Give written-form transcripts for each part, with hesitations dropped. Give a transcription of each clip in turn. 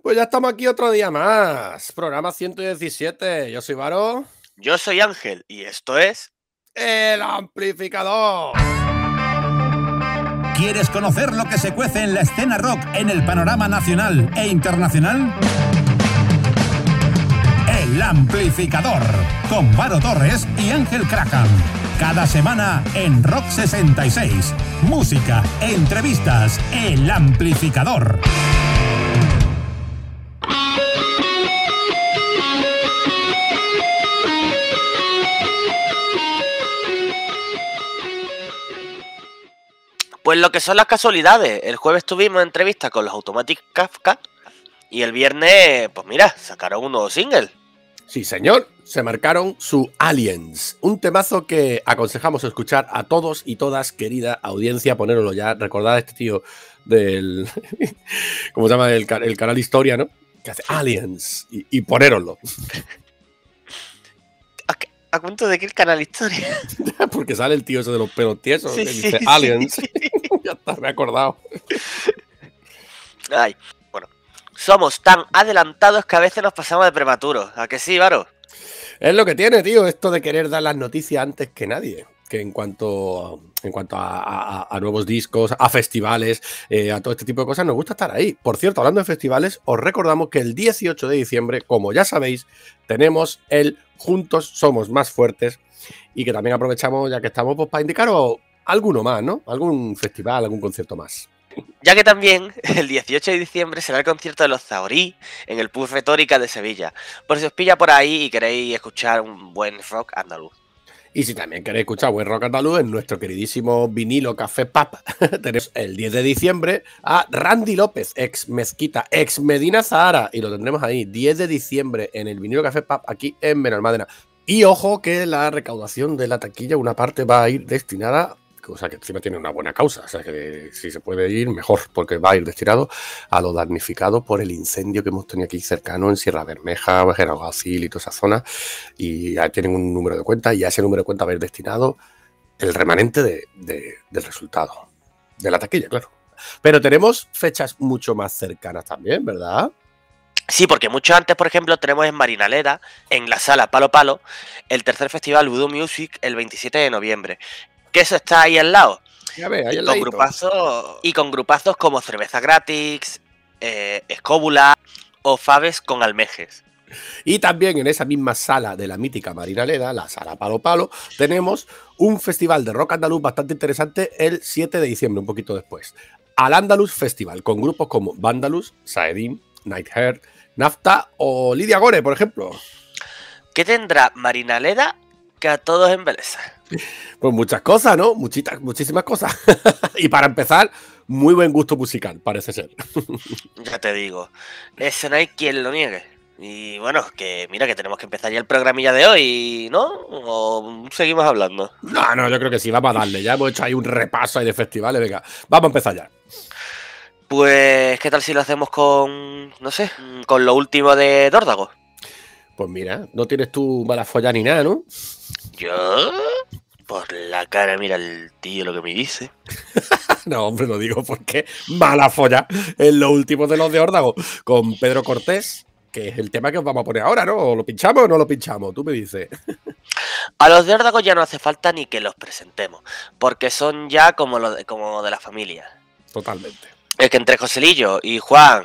Pues ya estamos aquí otro día más. Programa 117. Yo soy Varo. Yo soy Ángel y esto es El Amplificador. ¿Quieres conocer lo que se cuece en la escena rock en el panorama nacional e internacional? El Amplificador, con Varo Torres y Ángel Crackham. Cada semana en Rock 66. Música, entrevistas, El Amplificador. pues lo que son las casualidades. El jueves tuvimos entrevista con los Automatic Kafka y el viernes, pues mira, sacaron un nuevo single. Sí, señor. Se marcaron su Aliens. Un temazo que aconsejamos escuchar a todos y todas, querida audiencia. Ponéroslo ya. Recordad a este tío del... ¿Cómo se llama? El canal Historia, ¿no? Que hace Aliens. Y ponéroslo. ¿A cuento de qué el canal Historia? Porque sale el tío ese de los pelos tiesos. Sí, que sí, dice sí. Aliens. Ya está, me he acordado. Ay, bueno. Somos tan adelantados que a veces nos pasamos de prematuros. ¿A que sí, Varo? Es lo que tiene, tío, esto de querer dar las noticias antes que nadie. Que en cuanto a nuevos discos, a festivales, a todo este tipo de cosas, nos gusta estar ahí. Por cierto, hablando de festivales, os recordamos que el 18 de diciembre, como ya sabéis, tenemos el Juntos Somos Más Fuertes y que también aprovechamos, ya que estamos, pues para indicaros alguno más, ¿no? Algún festival, algún concierto más. Ya que también el 18 de diciembre será el concierto de los Zahorí en el Pub Retórica de Sevilla. Por si os pilla por ahí y queréis escuchar un buen rock andaluz. Y si también queréis escuchar buen rock andaluz en nuestro queridísimo vinilo Café Pub, tenemos el 10 de diciembre a Randy López, ex Mezquita, ex Medina Zahara, y lo tendremos ahí, 10 de diciembre en el vinilo Café Pub, aquí en Benalmádena. Y ojo que la recaudación de la taquilla, una parte va a ir destinada, o sea que encima tiene una buena causa, o sea que si se puede ir mejor, porque va a ir destinado a los damnificados por el incendio que hemos tenido aquí cercano en Sierra Bermeja, Bejaragacil y toda esa zona, y ya tienen un número de cuenta y a ese número de cuenta va a ir destinado el remanente del resultado, de la taquilla, claro. Pero tenemos fechas mucho más cercanas también, ¿verdad? Sí, porque mucho antes, por ejemplo, tenemos en Marinaleda, en la sala Palo Palo, el tercer festival Voodoo Music el 27 de noviembre. Que eso está ahí al lado. Ya ves, ahí al Con ladito. grupazos como Cerveza Gratis, Escóbula o Faves con Almejes. Y también en esa misma sala de la mítica Marinaleda, la sala Palo Palo, tenemos un festival de rock andaluz bastante interesante el 7 de diciembre, un poquito después. Al Andalus Festival, con grupos como Vandalus, Saedin, Nightheart, Nafta o Lidia Gore, por ejemplo. ¿Qué tendrá Marinaleda que a todos embeleza? Pues muchas cosas, ¿no? Muchísimas cosas. Y para empezar, muy buen gusto musical, parece ser. Ya te digo, ese no hay quien lo niegue. Y bueno, que mira que tenemos que empezar ya el programilla de hoy, ¿no? ¿O seguimos hablando? No, yo creo que sí, vamos a darle. Ya hemos hecho ahí un repaso ahí de festivales, venga, vamos a empezar ya. Pues, ¿qué tal si lo hacemos con, no sé, con lo último de Dórdago? Pues mira, no tienes tú mala folla ni nada, ¿no? ¿Yo? Por la cara, mira el tío lo que me dice. No, hombre, lo digo porque mala folla es lo último de los de Órdago. Con Pedro Cortés, que es el tema que os vamos a poner ahora, ¿no? ¿O lo pinchamos o no lo pinchamos? Tú me dices. A los de Órdago ya no hace falta ni que los presentemos, porque son ya como de la familia. Totalmente. Es que entre Joselillo y Juan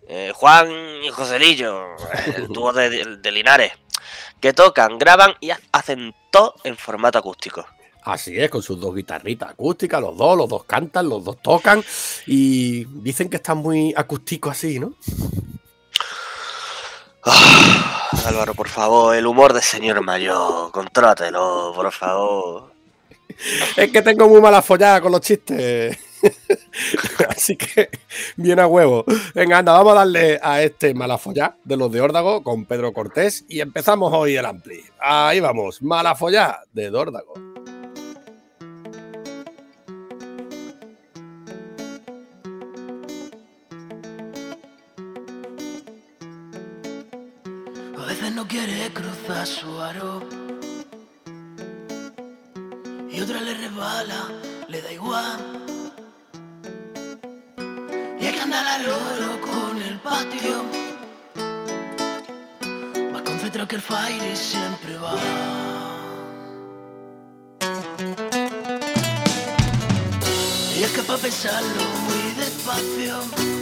y Joselillo, el dúo de Linares, que tocan, graban y hacen todo en formato acústico. Así es, con sus dos guitarritas acústicas, los dos cantan, los dos tocan y dicen que están muy acústicos así, ¿no? Álvaro, por favor, el humor de señor mayor, contrátelo, por favor. Es que tengo muy mala follada con los chistes. Así que, bien a huevo. Venga, anda, vamos a darle a este Malafollá de los de Órdago con Pedro Cortés y empezamos hoy el Ampli. Ahí vamos, Malafollá de Órdago. A veces no quiere cruzar su aro y otra le resbala, le da igual. Y hay que andar al loro con el patio demuestra que el fire siempre va. Y es que para pensarlo muy despacio,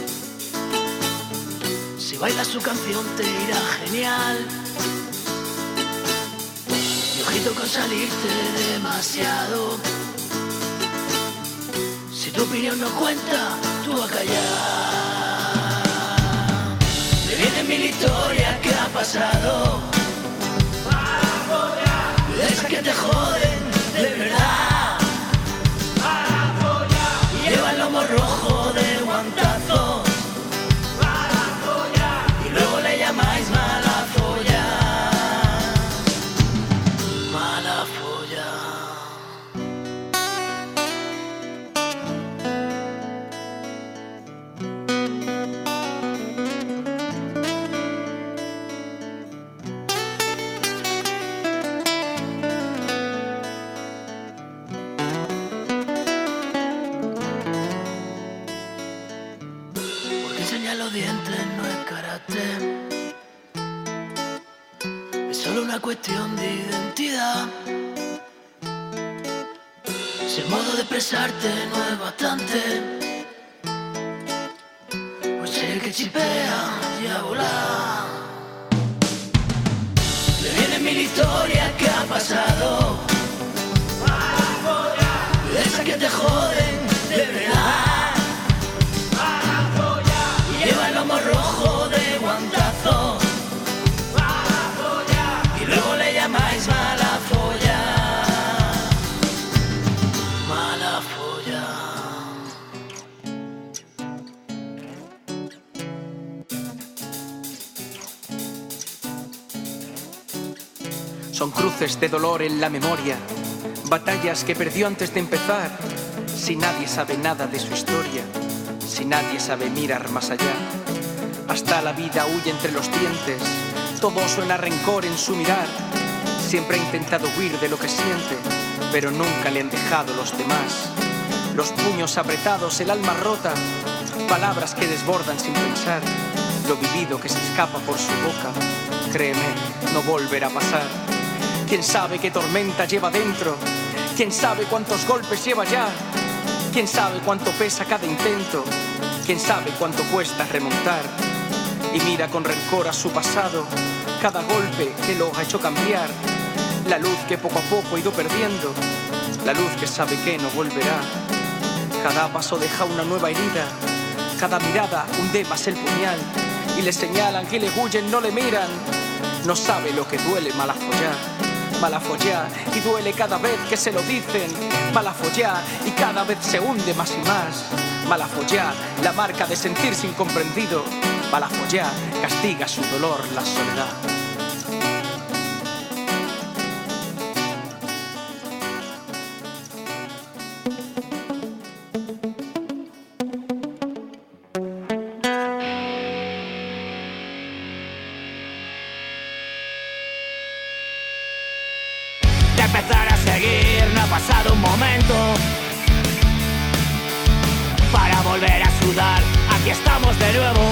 si bailas su canción te irá genial. Y ojito con salirte demasiado, si tu opinión no cuenta, tú a callar. Me viene mil historias que ha pasado, de esas que te joden de verdad. Lleva el lomo rojo de guantazo y luego le llamáis mala folla. Mala folla. Porque enseñar los dientes no es karate, es solo una cuestión de identidad. Si el modo de expresarte no es bastante, pues sé que chipea y a volar. Le vienen mil historias que ha pasado, de esas que te joden de verdad. Lleva el lomo rojo de guantazo y luego le llamáis mala folla. Mala folla. Son cruces de dolor en la memoria, batallas que perdió antes de empezar. Si nadie sabe nada de su historia, si nadie sabe mirar más allá, hasta la vida huye entre los dientes, todo suena rencor en su mirar. Siempre ha intentado huir de lo que siente, pero nunca le han dejado los demás. Los puños apretados, el alma rota, palabras que desbordan sin pensar. Lo vivido que se escapa por su boca, créeme, no volverá a pasar. ¿Quién sabe qué tormenta lleva dentro? ¿Quién sabe cuántos golpes lleva ya? ¿Quién sabe cuánto pesa cada intento? ¿Quién sabe cuánto cuesta remontar? Y mira con rencor a su pasado, cada golpe que lo ha hecho cambiar. La luz que poco a poco ha ido perdiendo, la luz que sabe que no volverá. Cada paso deja una nueva herida, cada mirada hunde más el puñal. Y le señalan que le huyen, no le miran. No sabe lo que duele malafollar. Malafollar y duele cada vez que se lo dicen. Malafollar y cada vez se hunde más y más. Malafollar, la marca de sentirse incomprendido. Malafollar castiga su dolor, la soledad. De empezar a seguir no ha pasado un momento para volver a sudar. Aquí estamos de nuevo,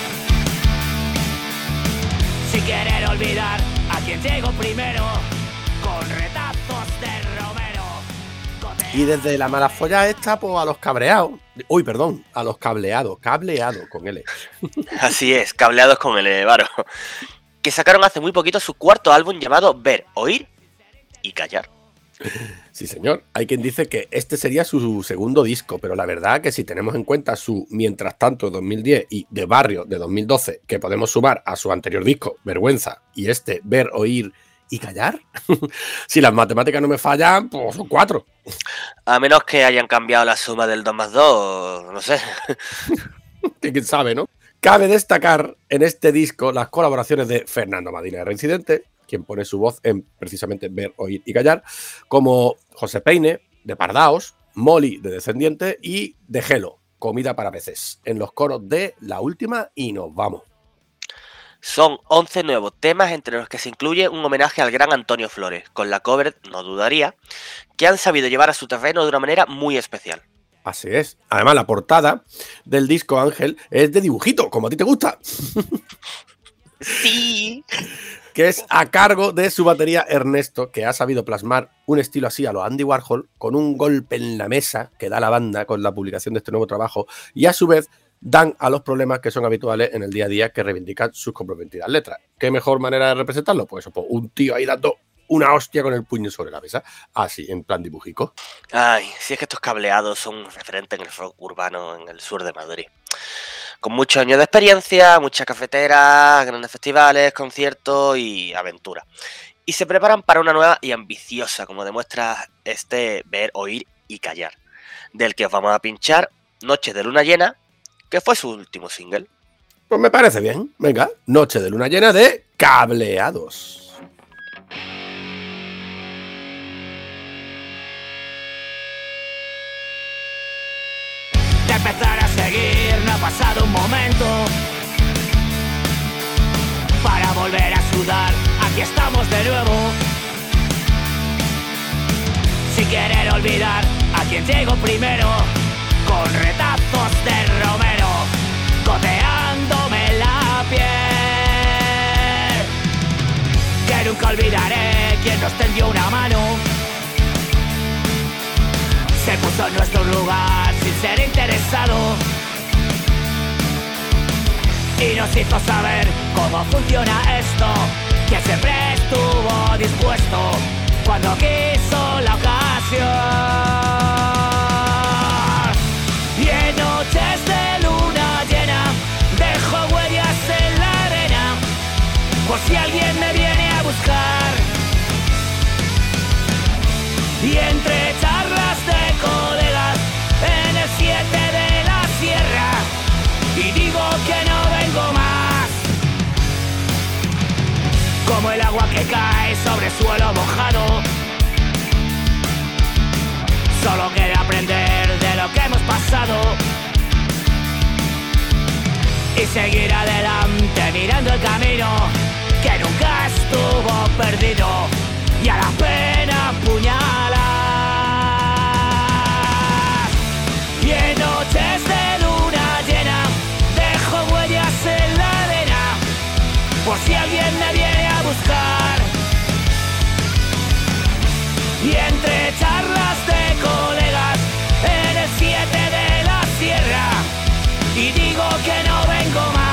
sin querer olvidar a quien llegó primero, con retazos de Romero. Y desde la mala folla esta, pues a los cabreados. Uy, perdón, a los cableados. Cableado con L. Así es, cableados con el Varo. Que sacaron hace muy poquito su cuarto álbum llamado Ver, Oír y Callar. Sí, señor. Hay quien dice que este sería su segundo disco, pero la verdad que si tenemos en cuenta su Mientras tanto 2010 y De Barrio de 2012, que podemos sumar a su anterior disco, Vergüenza, y este Ver, Oír y Callar, si las matemáticas no me fallan, pues son 4. A menos que hayan cambiado la suma del 2 más 2, no sé. ¿Quién sabe, no? Cabe destacar en este disco las colaboraciones de Fernando Madina de Reincidente, quien pone su voz en precisamente Ver, Oír y Callar, como José Peine, de Pardaos, Molly, de Descendiente, y de Gelo, Comida para Peces, en los coros de La Última y Nos Vamos. Son 11 nuevos temas, entre los que se incluye un homenaje al gran Antonio Flores, con la cover, no dudaría, que han sabido llevar a su terreno de una manera muy especial. Así es. Además, la portada del disco, Ángel, es de dibujito, como a ti te gusta. Sí. que es a cargo de su batería Ernesto, que ha sabido plasmar un estilo así a lo Andy Warhol, con un golpe en la mesa que da la banda con la publicación de este nuevo trabajo, y a su vez dan a los problemas que son habituales en el día a día que reivindican sus comprometidas letras. ¿Qué mejor manera de representarlo? Pues eso, un tío ahí dando una hostia con el puño sobre la mesa, así, en plan dibujico. Ay, si es que estos cableados son un referente en el rock urbano en el sur de Madrid. Con muchos años de experiencia, muchas cafeteras, grandes festivales, conciertos y aventuras. Y se preparan para una nueva y ambiciosa, como demuestra este Ver, Oír y Callar, del que os vamos a pinchar Noche de Luna Llena, que fue su último single. Pues me parece bien. Venga, Noche de Luna Llena de Cableados. De empezar a seguir no ha pasado un momento para volver a sudar, aquí estamos de nuevo. Sin querer olvidar a quien llegó primero, con retazos de romero, goteándome la piel. Que nunca olvidaré quien nos tendió una mano, se puso en nuestro lugar sin ser interesado y nos hizo saber cómo funciona esto, que siempre estuvo dispuesto cuando quiso la ocasión. Y en noches de luna llena dejo huellas en la arena, por si alguien me viene a buscar. Y entre charlas de colegas en el 7 de la sierra, y digo que no vengo más. Como el agua que cae sobre suelo mojado, solo queda aprender de lo que hemos pasado y seguir adelante mirando el camino que nunca estuvo perdido, y a la pena puñalar. Y en noches de luna llena dejo huellas en la arena, por si alguien me viene a buscar. Y entre charlas de colegas en el 7 de la sierra, y digo que no vengo más.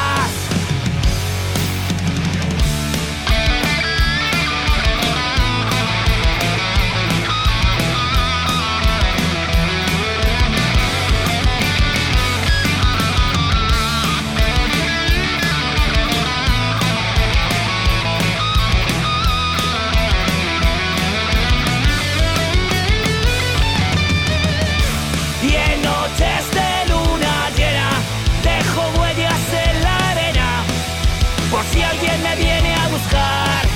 Si alguien me viene a buscar.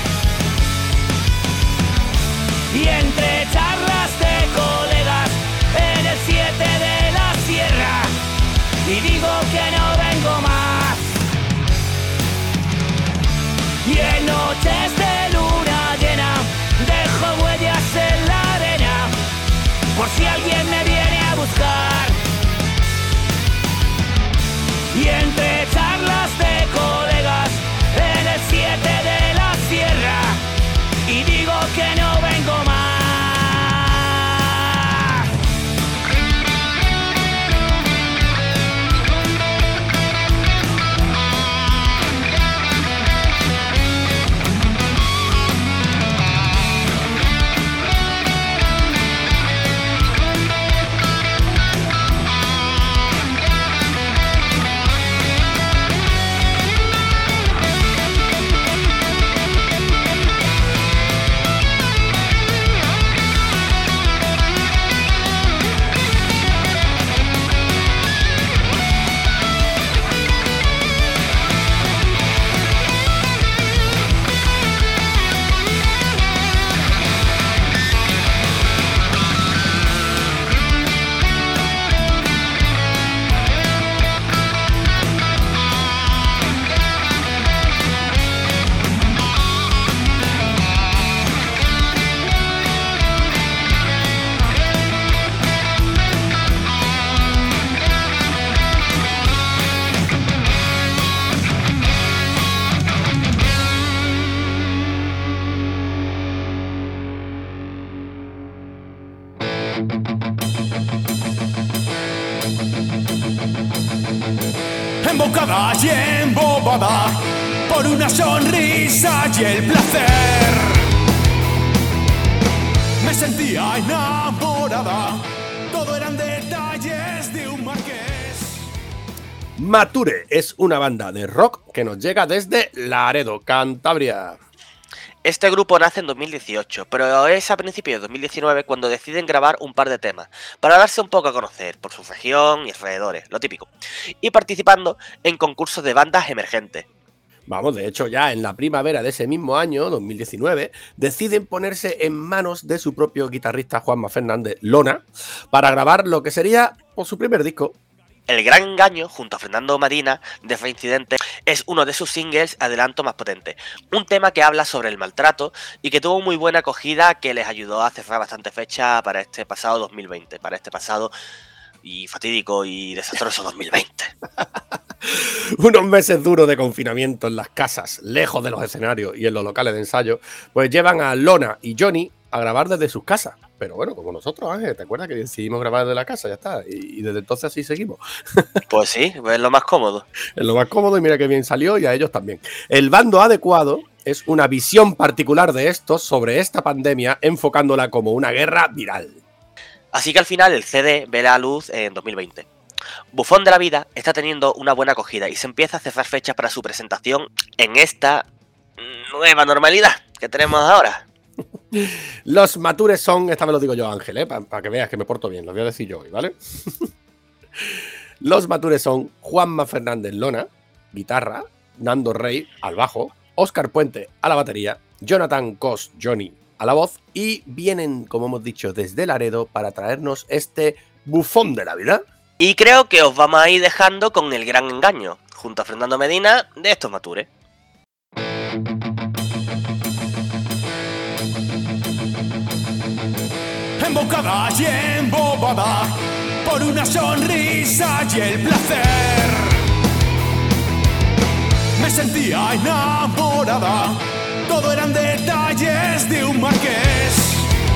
Y entre charlas de colegas en el 7 de la sierra, y digo que no vengo más. Y en noches de luna llena dejo huellas en la arena, por si alguien me viene a buscar. Y entre charlas de colegas en el 7 de la sierra, y digo que no vengo más. embaucada y embobada por una sonrisa y el placer. Me sentía enamorada, todo eran detalles de un marqués. Mature es una banda de rock que nos llega desde Laredo, Cantabria. Este grupo nace en 2018, pero es a principios de 2019 cuando deciden grabar un par de temas, para darse un poco a conocer por su región y alrededores, lo típico, y participando en concursos de bandas emergentes. Vamos, de hecho ya en la primavera de ese mismo año, 2019, deciden ponerse en manos de su propio guitarrista Juanma Fernández, Lona, para grabar lo que sería su primer disco. El Gran Engaño, junto a Fernando Medina, de Reincidente, es uno de sus singles adelanto más potentes. Un tema que habla sobre el maltrato y que tuvo muy buena acogida, que les ayudó a cerrar bastante fecha para este pasado 2020, para este pasado y fatídico y desastroso 2020. Unos meses duros de confinamiento en las casas, lejos de los escenarios y en los locales de ensayo, pues llevan a Lona y Johnny a grabar desde sus casas. Pero bueno, como nosotros, Ángel, ¿te acuerdas que decidimos grabar desde la casa? Ya está. Y desde entonces así seguimos. Pues sí, es lo más cómodo. Es lo más cómodo y mira qué bien salió y a ellos también. El bando adecuado es una visión particular de estos sobre esta pandemia, enfocándola como una guerra viral. Así que al final el CD ve la luz en 2020. Bufón de la Vida está teniendo una buena acogida y se empieza a cerrar fechas para su presentación en esta nueva normalidad que tenemos ahora. Los Matures son, esta vez lo digo yo, Ángel, para que veas que me porto bien, lo voy a decir yo hoy, ¿vale? Los Matures son Juanma Fernández Lona, guitarra, Nando Rey al bajo, Óscar Puente a la batería, Jonathan Cos Johnny a la voz y vienen, como hemos dicho, desde Laredo para traernos este Bufón de la Vida. Y creo que os vamos a ir dejando con El Gran Engaño, junto a Fernando Medina de estos Matures. Embaucada y embobada por una sonrisa y el placer. Me sentía enamorada, todo eran detalles de un marqués.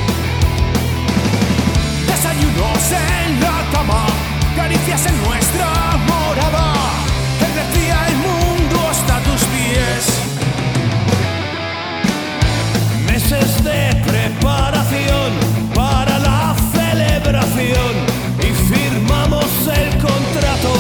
Desayunos en la cama, caricias en nuestra morada. Él decía el mundo hasta tus pies. Meses de preparación para la celebración y firmamos el contrato.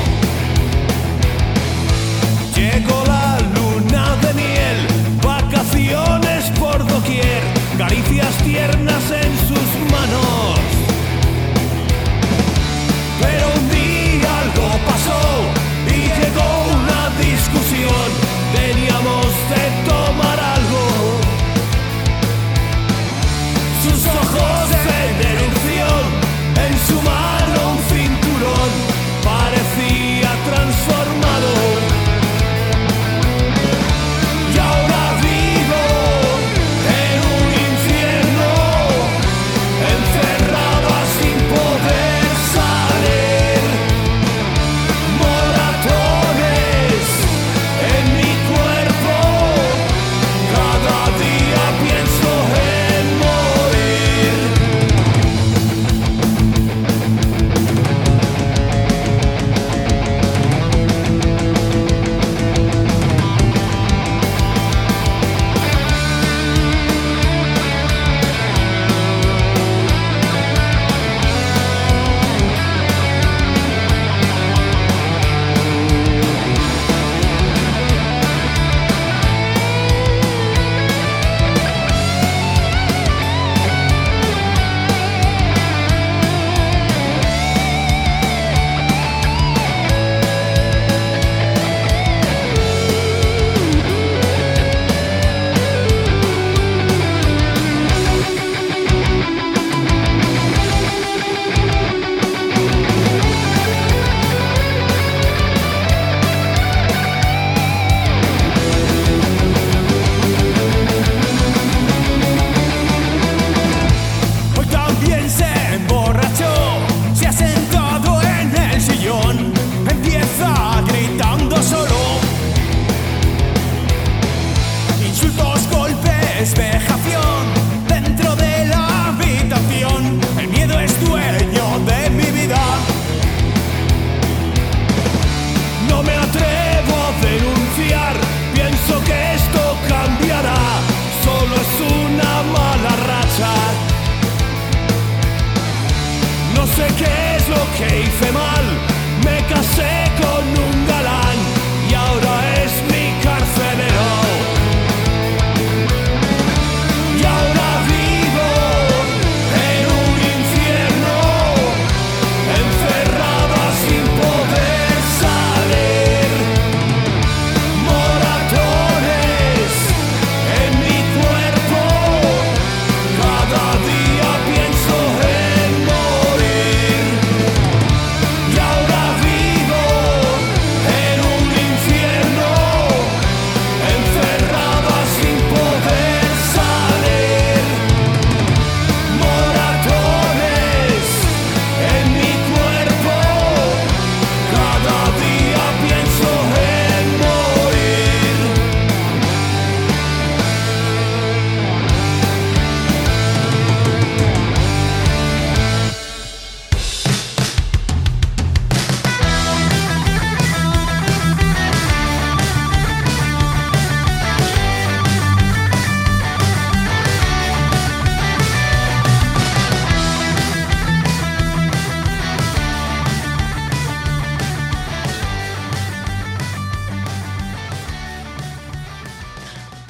Llegó la luna de miel, vacaciones por doquier, caricias tiernas en sus manos. Pero un día algo pasó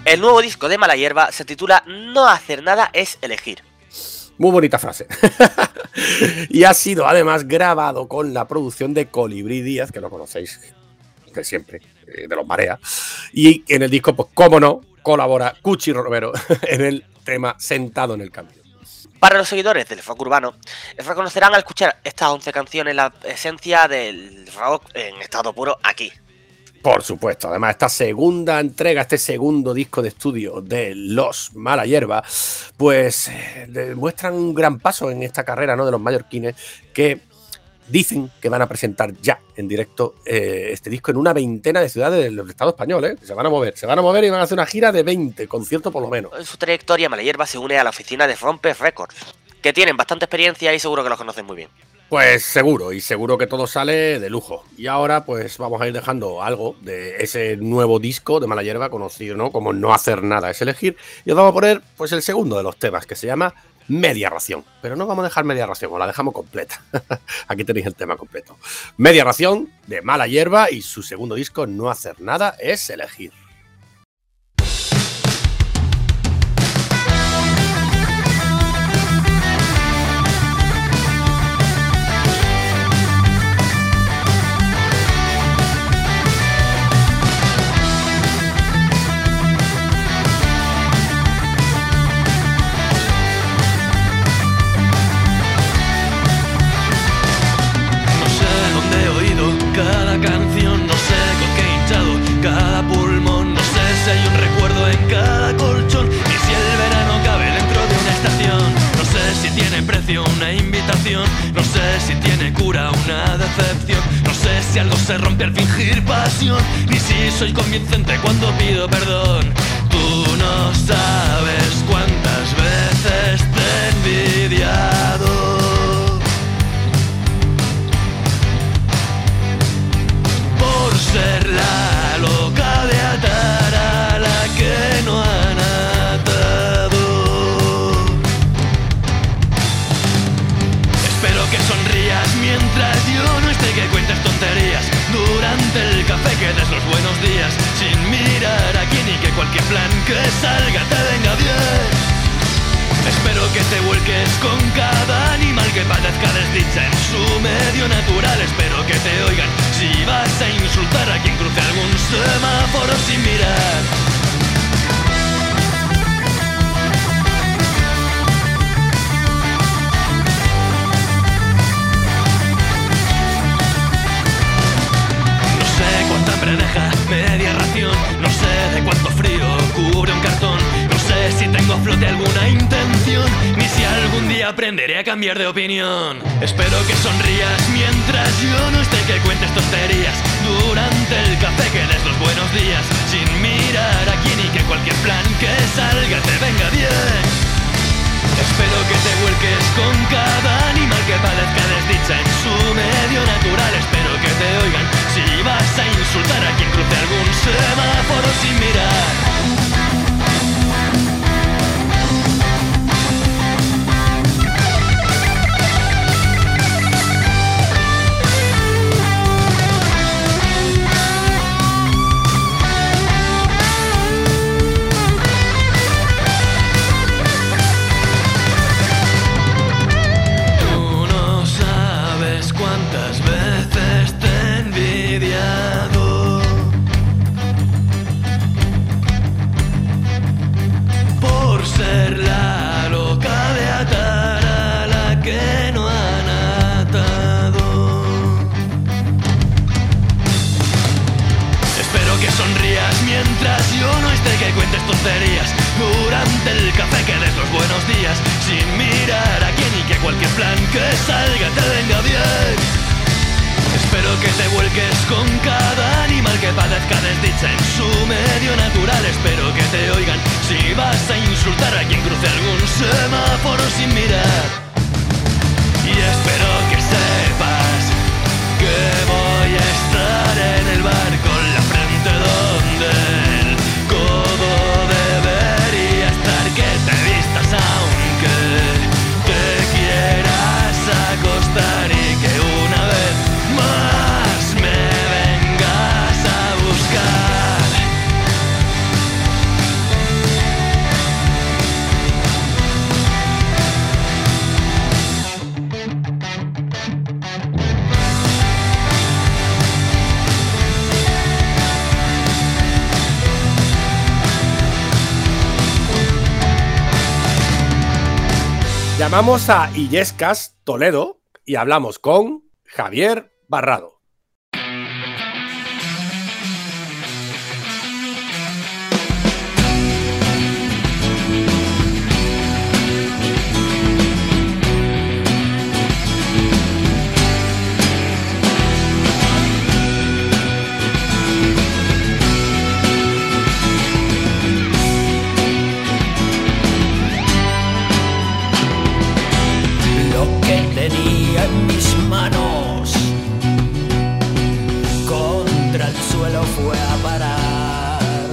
El nuevo disco de Mala Hierba se titula No hacer nada es elegir. Muy bonita frase. Y ha sido además grabado con la producción de Colibrí Díaz, que lo conocéis de siempre, de los Marea. Y en el disco, pues cómo no, colabora Cuchi Romero en el tema Sentado en el Cambio. Para los seguidores del rock urbano, reconocerán al escuchar estas 11 canciones la esencia del rock en estado puro aquí. Por supuesto, además esta segunda entrega, este segundo disco de estudio de los Mala Hierba, pues demuestran un gran paso en esta carrera, ¿no?, de los mallorquines, que dicen que van a presentar ya en directo este disco en una veintena de ciudades del Estado español, ¿eh? Se van a mover y van a hacer una gira de 20 conciertos por lo menos. En su trayectoria, Mala Hierba se une a la oficina de Rompe Records, que tienen bastante experiencia y seguro que los conocen muy bien. Pues seguro que todo sale de lujo. Y ahora pues vamos a ir dejando algo de ese nuevo disco de Mala Hierba, conocido, ¿no?, como No hacer nada es elegir. Y os vamos a poner pues el segundo de los temas, que se llama Media Ración. Pero no vamos a dejar media ración, os la dejamos completa. Aquí tenéis el tema completo. Media Ración de Mala Hierba y su segundo disco No hacer nada es elegir. Cada canción, no sé con qué hinchado cada pulmón, no sé si hay un recuerdo en cada colchón, ni si el verano cabe dentro de una estación. No sé si tiene precio una invitación, no sé si tiene cura una decepción, no sé si algo se rompe al fingir pasión, ni si soy convincente cuando pido perdón. Tú no sabes cuántas veces te he envidiado por ser la loca de atar a la que no han atado. Espero que sonrías mientras yo no esté, que cuentes tonterías durante el café, que des los buenos días sin mirar a quién, y que cualquier plan que salga te venga bien. Espero que te vuelques con cada animal que padezca desdicha en su medio natural. Espero que te oigan si vas a insultar a quien cruce algún semáforo sin mirar. No sé cuánta hambre deja media ración, no sé de cuánto frío cubre un cartón, no sé si tengo a flote alguna intención, ni si algún día aprenderé a cambiar de opinión. Espero que sonrías mientras yo no esté, que cuentes tonterías durante el café, que des los buenos días sin mirar a quién, y que cualquier plan que salga te venga bien. Espero que te vuelques con cada animal que padezca desdicha en su medio natural. Espero que te oigan si vas a insultar a quien cruce algún semáforo sin mirar. Tonterías durante el café, que des los buenos días sin mirar a quién, y que cualquier plan que salga te venga bien. Espero que te vuelques con cada animal que padezca desdicha en su medio natural. Espero que te oigan si vas a insultar a quien cruce algún semáforo sin mirar. Y espero que sepas que voy a estar en el bar con la frente donde el codo debería estar, que te vistas aunque te quieras acostar, y que una vez más me vengas a buscar. Llamamos a Illescas, Toledo, y hablamos con Javier Barrado. Tenía en mis manos, contra el suelo fue a parar.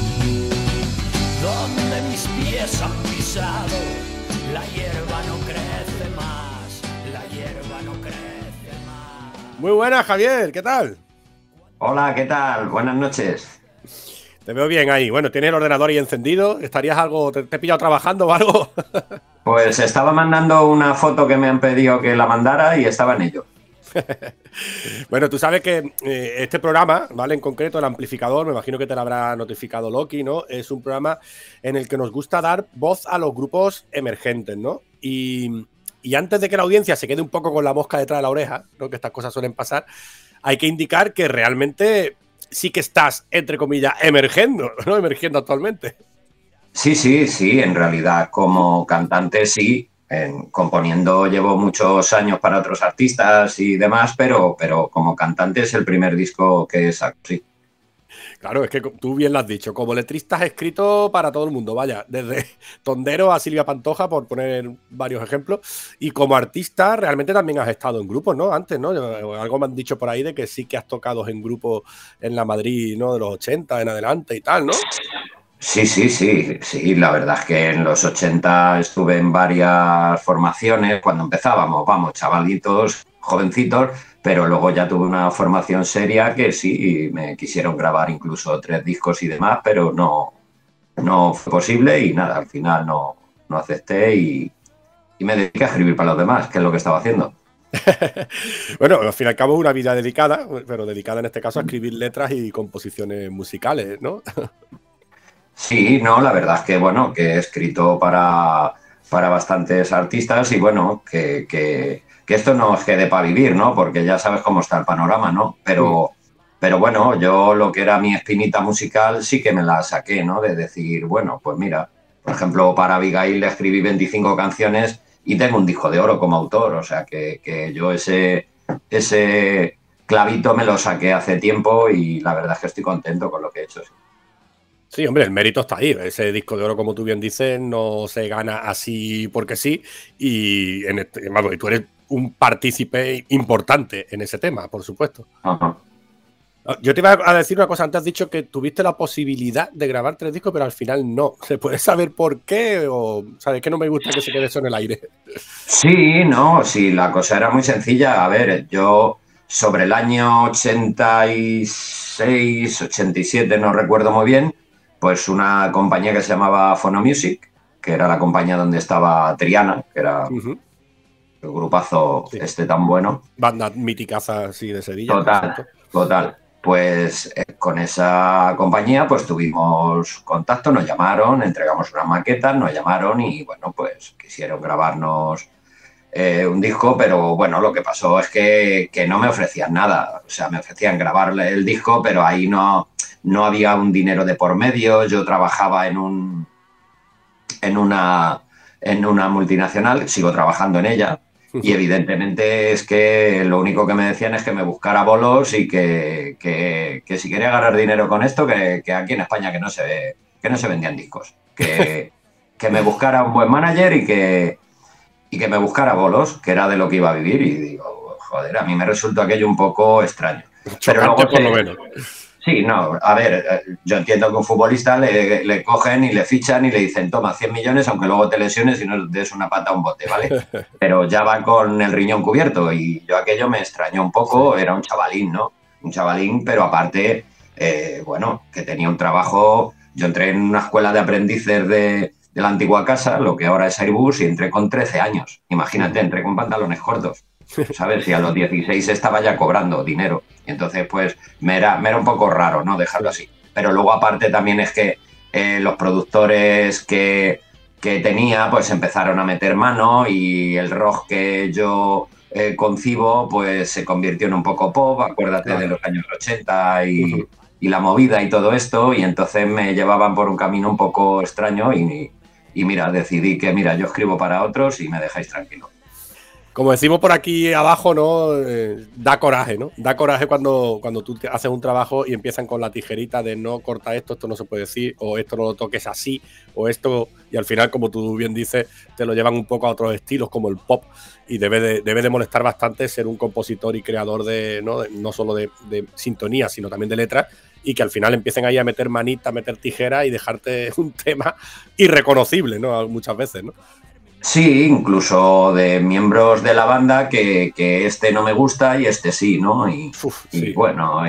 Donde mis pies han pisado, la hierba no crece más, la hierba no crece más. Muy buenas, Javier, ¿qué tal? Hola, ¿qué tal? Buenas noches. Te veo bien ahí. Bueno, ¿tienes el ordenador ahí encendido? ¿Estarías algo, te he pillado trabajando o algo? Pues estaba mandando una foto que me han pedido que la mandara y estaba en ello. Bueno, tú sabes que este programa, ¿vale? En concreto, el amplificador, me imagino que te lo habrá notificado Loki, ¿no? Es un programa en el que nos gusta dar voz a los grupos emergentes, ¿no? Y antes de que la audiencia se quede un poco con la mosca detrás de la oreja, ¿no? Que estas cosas suelen pasar, hay que indicar que realmente sí que estás, entre comillas, emergiendo, ¿no? Emergiendo actualmente. Sí, en realidad como cantante sí, componiendo llevo muchos años para otros artistas y demás, pero como cantante es el primer disco que saco, sí. Claro, es que tú bien lo has dicho, como letrista has escrito para todo el mundo, vaya, desde Tondero a Silvia Pantoja, por poner varios ejemplos, y como artista realmente también has estado en grupos, ¿no? Antes, ¿no? Algo me han dicho por ahí de que sí que has tocado en grupos en la Madrid, ¿no? De los 80 en adelante y tal, ¿no? Sí, la verdad es que en los 80 estuve en varias formaciones cuando empezábamos, vamos, chavalitos, jovencitos, pero luego ya tuve una formación seria que sí, me quisieron grabar incluso 3 discos y demás, pero no fue posible y nada, al final no acepté y me dediqué a escribir para los demás, que es lo que estaba haciendo. Bueno, al fin y al cabo es una vida dedicada, pero dedicada en este caso a escribir letras y composiciones musicales, ¿no? Sí, no, la verdad es que, bueno, que he escrito para bastantes artistas y, bueno, que esto no es que dé para vivir, ¿no? Porque ya sabes cómo está el panorama, ¿no? Pero bueno, yo lo que era mi espinita musical sí que me la saqué, ¿no? De decir, bueno, pues mira, por ejemplo, para Abigail le escribí 25 canciones y tengo un disco de oro como autor, o sea que yo ese clavito me lo saqué hace tiempo y la verdad es que estoy contento con lo que he hecho, sí. Sí, hombre, el mérito está ahí. Ese disco de oro, como tú bien dices, no se gana así porque sí. Y tú eres un partícipe importante en ese tema, por supuesto. Ajá. Yo te iba a decir una cosa. Antes has dicho que tuviste la posibilidad de grabar 3 discos, pero al final no. ¿Se puede saber por qué? O sabes que no me gusta que se quede eso en el aire. Sí, la cosa era muy sencilla. A ver, yo sobre el año 86, 87, no recuerdo muy bien, pues una compañía que se llamaba Phonomusic, que era la compañía donde estaba Triana, que era el grupazo tan bueno. Banda miticaza así de Sevilla. Total. Pues con esa compañía pues tuvimos contacto, nos llamaron, entregamos unas maquetas, nos llamaron y bueno, pues quisieron grabarnos un disco, pero bueno, lo que pasó es que no me ofrecían nada. O sea, me ofrecían grabarle el disco, pero ahí no había un dinero de por medio. Yo trabajaba en una multinacional, sigo trabajando en ella, y evidentemente es que lo único que me decían es que me buscara bolos y que si quería ganar dinero con esto, que aquí en España que no se vendían discos, que me buscara un buen manager y que me buscara bolos, que era de lo que iba a vivir, y digo, joder, a mí me resultó aquello un poco extraño. Pero luego por lo menos. Sí, no, a ver, yo entiendo que un futbolista le cogen y le fichan y le dicen, toma 100 millones, aunque luego te lesiones y no des una pata a un bote, ¿vale? Pero ya va con el riñón cubierto y yo aquello me extrañó un poco, era un chavalín, ¿no? Un chavalín, pero aparte, bueno, que tenía un trabajo. Yo entré en una escuela de aprendices de la antigua casa, lo que ahora es Airbus, y entré con 13 años. Imagínate, entré con pantalones cortos, ¿sabes? Y a los 16 estaba ya cobrando dinero. Y entonces, pues, me era un poco raro, ¿no? Dejarlo así. Pero luego, aparte, también es que los productores que que tenía, pues empezaron a meter mano y el rock que yo concibo, pues se convirtió en un poco pop, acuérdate de los años 80 y la movida y todo esto, y entonces me llevaban por un camino un poco extraño y mira, decidí que mira, yo escribo para otros y me dejáis tranquilo. Como decimos por aquí abajo, ¿no? Da coraje, ¿no? Da coraje cuando tú haces un trabajo y empiezan con la tijerita de no corta esto no se puede decir, o esto no lo toques así, o esto, y al final, como tú bien dices, te lo llevan un poco a otros estilos, como el pop, y debe de molestar bastante ser un compositor y creador no solo de sintonía, sino también de letras, y que al final empiecen ahí a meter manita, a meter tijera y dejarte un tema irreconocible, ¿no? Muchas veces, ¿no? Sí, incluso de miembros de la banda que este no me gusta y este sí, ¿no? Y bueno,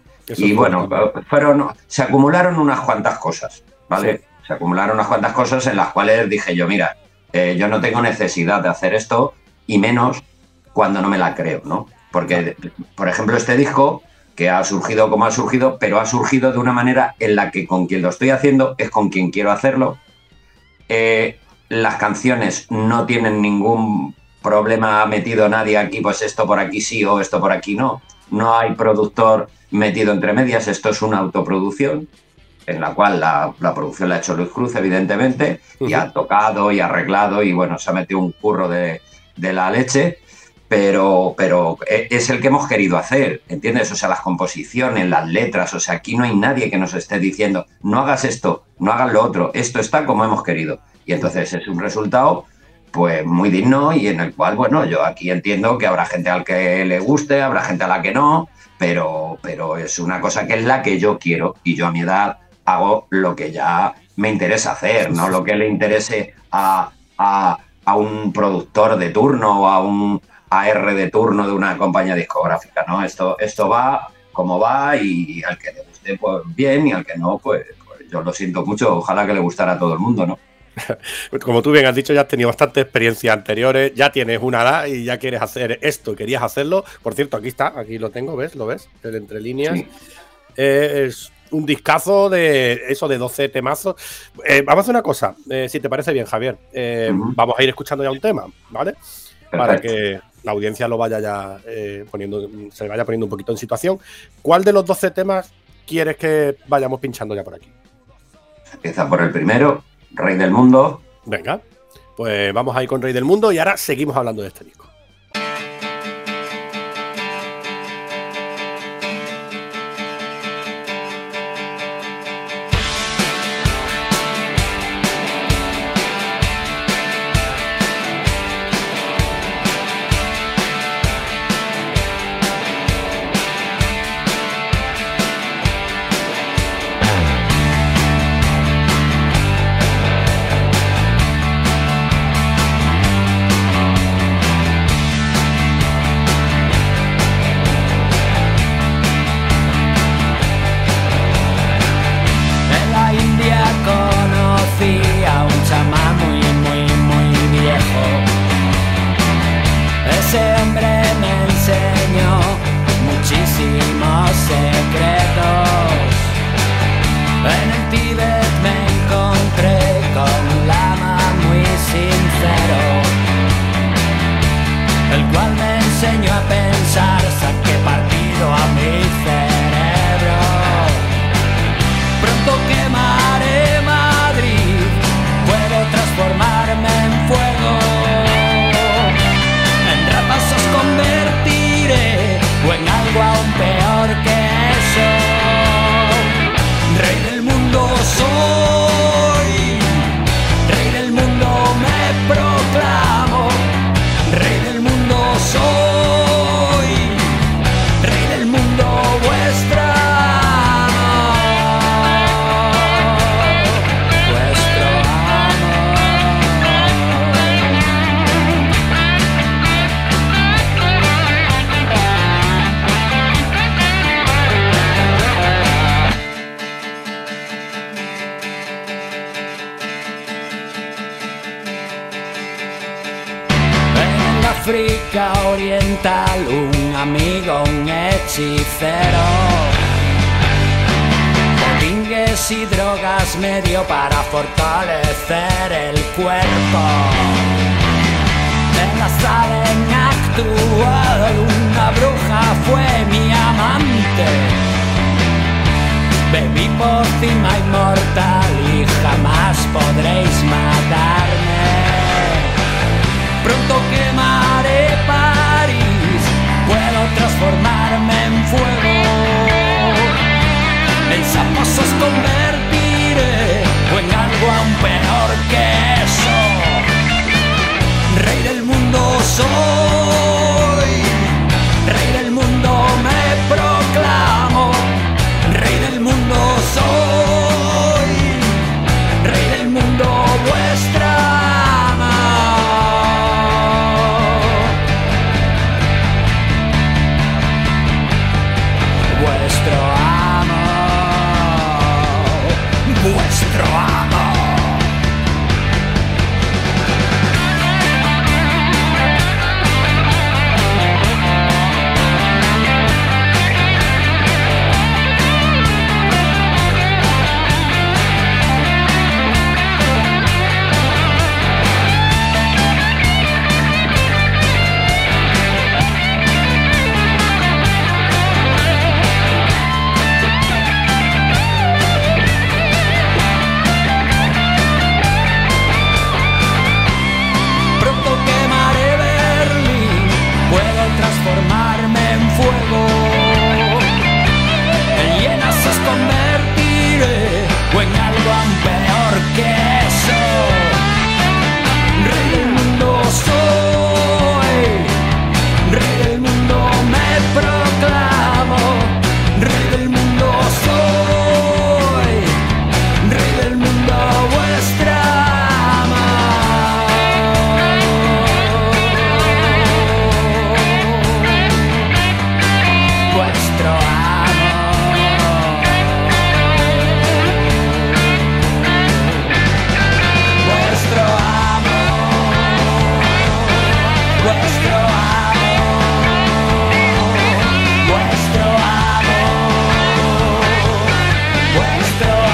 se acumularon unas cuantas cosas, ¿vale? Sí. Se acumularon unas cuantas cosas en las cuales dije yo, mira, yo no tengo necesidad de hacer esto y menos cuando no me la creo, ¿no? Porque, por ejemplo, este disco que ha surgido como ha surgido, pero ha surgido de una manera en la que con quien lo estoy haciendo es con quien quiero hacerlo. Las canciones no tienen ningún problema metido nadie aquí, pues esto por aquí sí o esto por aquí no. No hay productor metido entre medias, esto es una autoproducción en la cual la producción la ha hecho Luis Cruz, evidentemente, y ha tocado y arreglado y bueno, se ha metido un curro de la leche, pero es el que hemos querido hacer, ¿entiendes? O sea, las composiciones, las letras, o sea, aquí no hay nadie que nos esté diciendo no hagas esto, no hagas lo otro, esto está como hemos querido. Y entonces es un resultado pues muy digno y en el cual, bueno, yo aquí entiendo que habrá gente al que le guste, habrá gente a la que no, pero es una cosa que es la que yo quiero y yo a mi edad hago lo que ya me interesa hacer, no lo que le interese a un productor de turno o a un AR de turno de una compañía discográfica, ¿no? Esto va como va y al que le guste, pues bien, y al que no, pues yo lo siento mucho, ojalá que le gustara a todo el mundo, ¿no? Como tú bien has dicho, ya has tenido bastante experiencias anteriores, ya tienes una edad y ya quieres hacer esto, querías hacerlo. Por cierto, aquí está, aquí lo tengo, ¿ves? ¿Lo ves? El entre líneas. Sí. Es un discazo de 12 temazos. Vamos a hacer una cosa, si te parece bien, Javier. Vamos a ir escuchando ya un tema, ¿vale? Perfecto. Para que la audiencia lo vaya ya se vaya poniendo un poquito en situación. ¿Cuál de los 12 temas quieres que vayamos pinchando ya por aquí? Empieza por el primero. Rey del Mundo. Venga, pues vamos a ir con Rey del Mundo y ahora seguimos hablando de este disco. África Oriental, un amigo, un hechicero. Boringue flores y drogas me dio para fortalecer el cuerpo. En la sala actual una bruja fue mi amante. Bebí pócima inmortal y jamás podréis matarme. Pronto quemaré París, puedo transformarme en fuego. En sapos os convertiré o en algo aún peor que eso. Rey del mundo soy, rey del mundo me proclamo. Rey del mundo soy, rey del mundo vuestra ama. Vuestro amo, vuestro amo. Transformarme en fuego, en llenas os convertiré o en algo aún peor que eso. Rey del mundo soy, rey del mundo me proclamo. Rey del mundo soy, rey del mundo vuestra ama. Vuestro amo, vuestro amo, vuestro amo, vuestro amo, vuestro amo.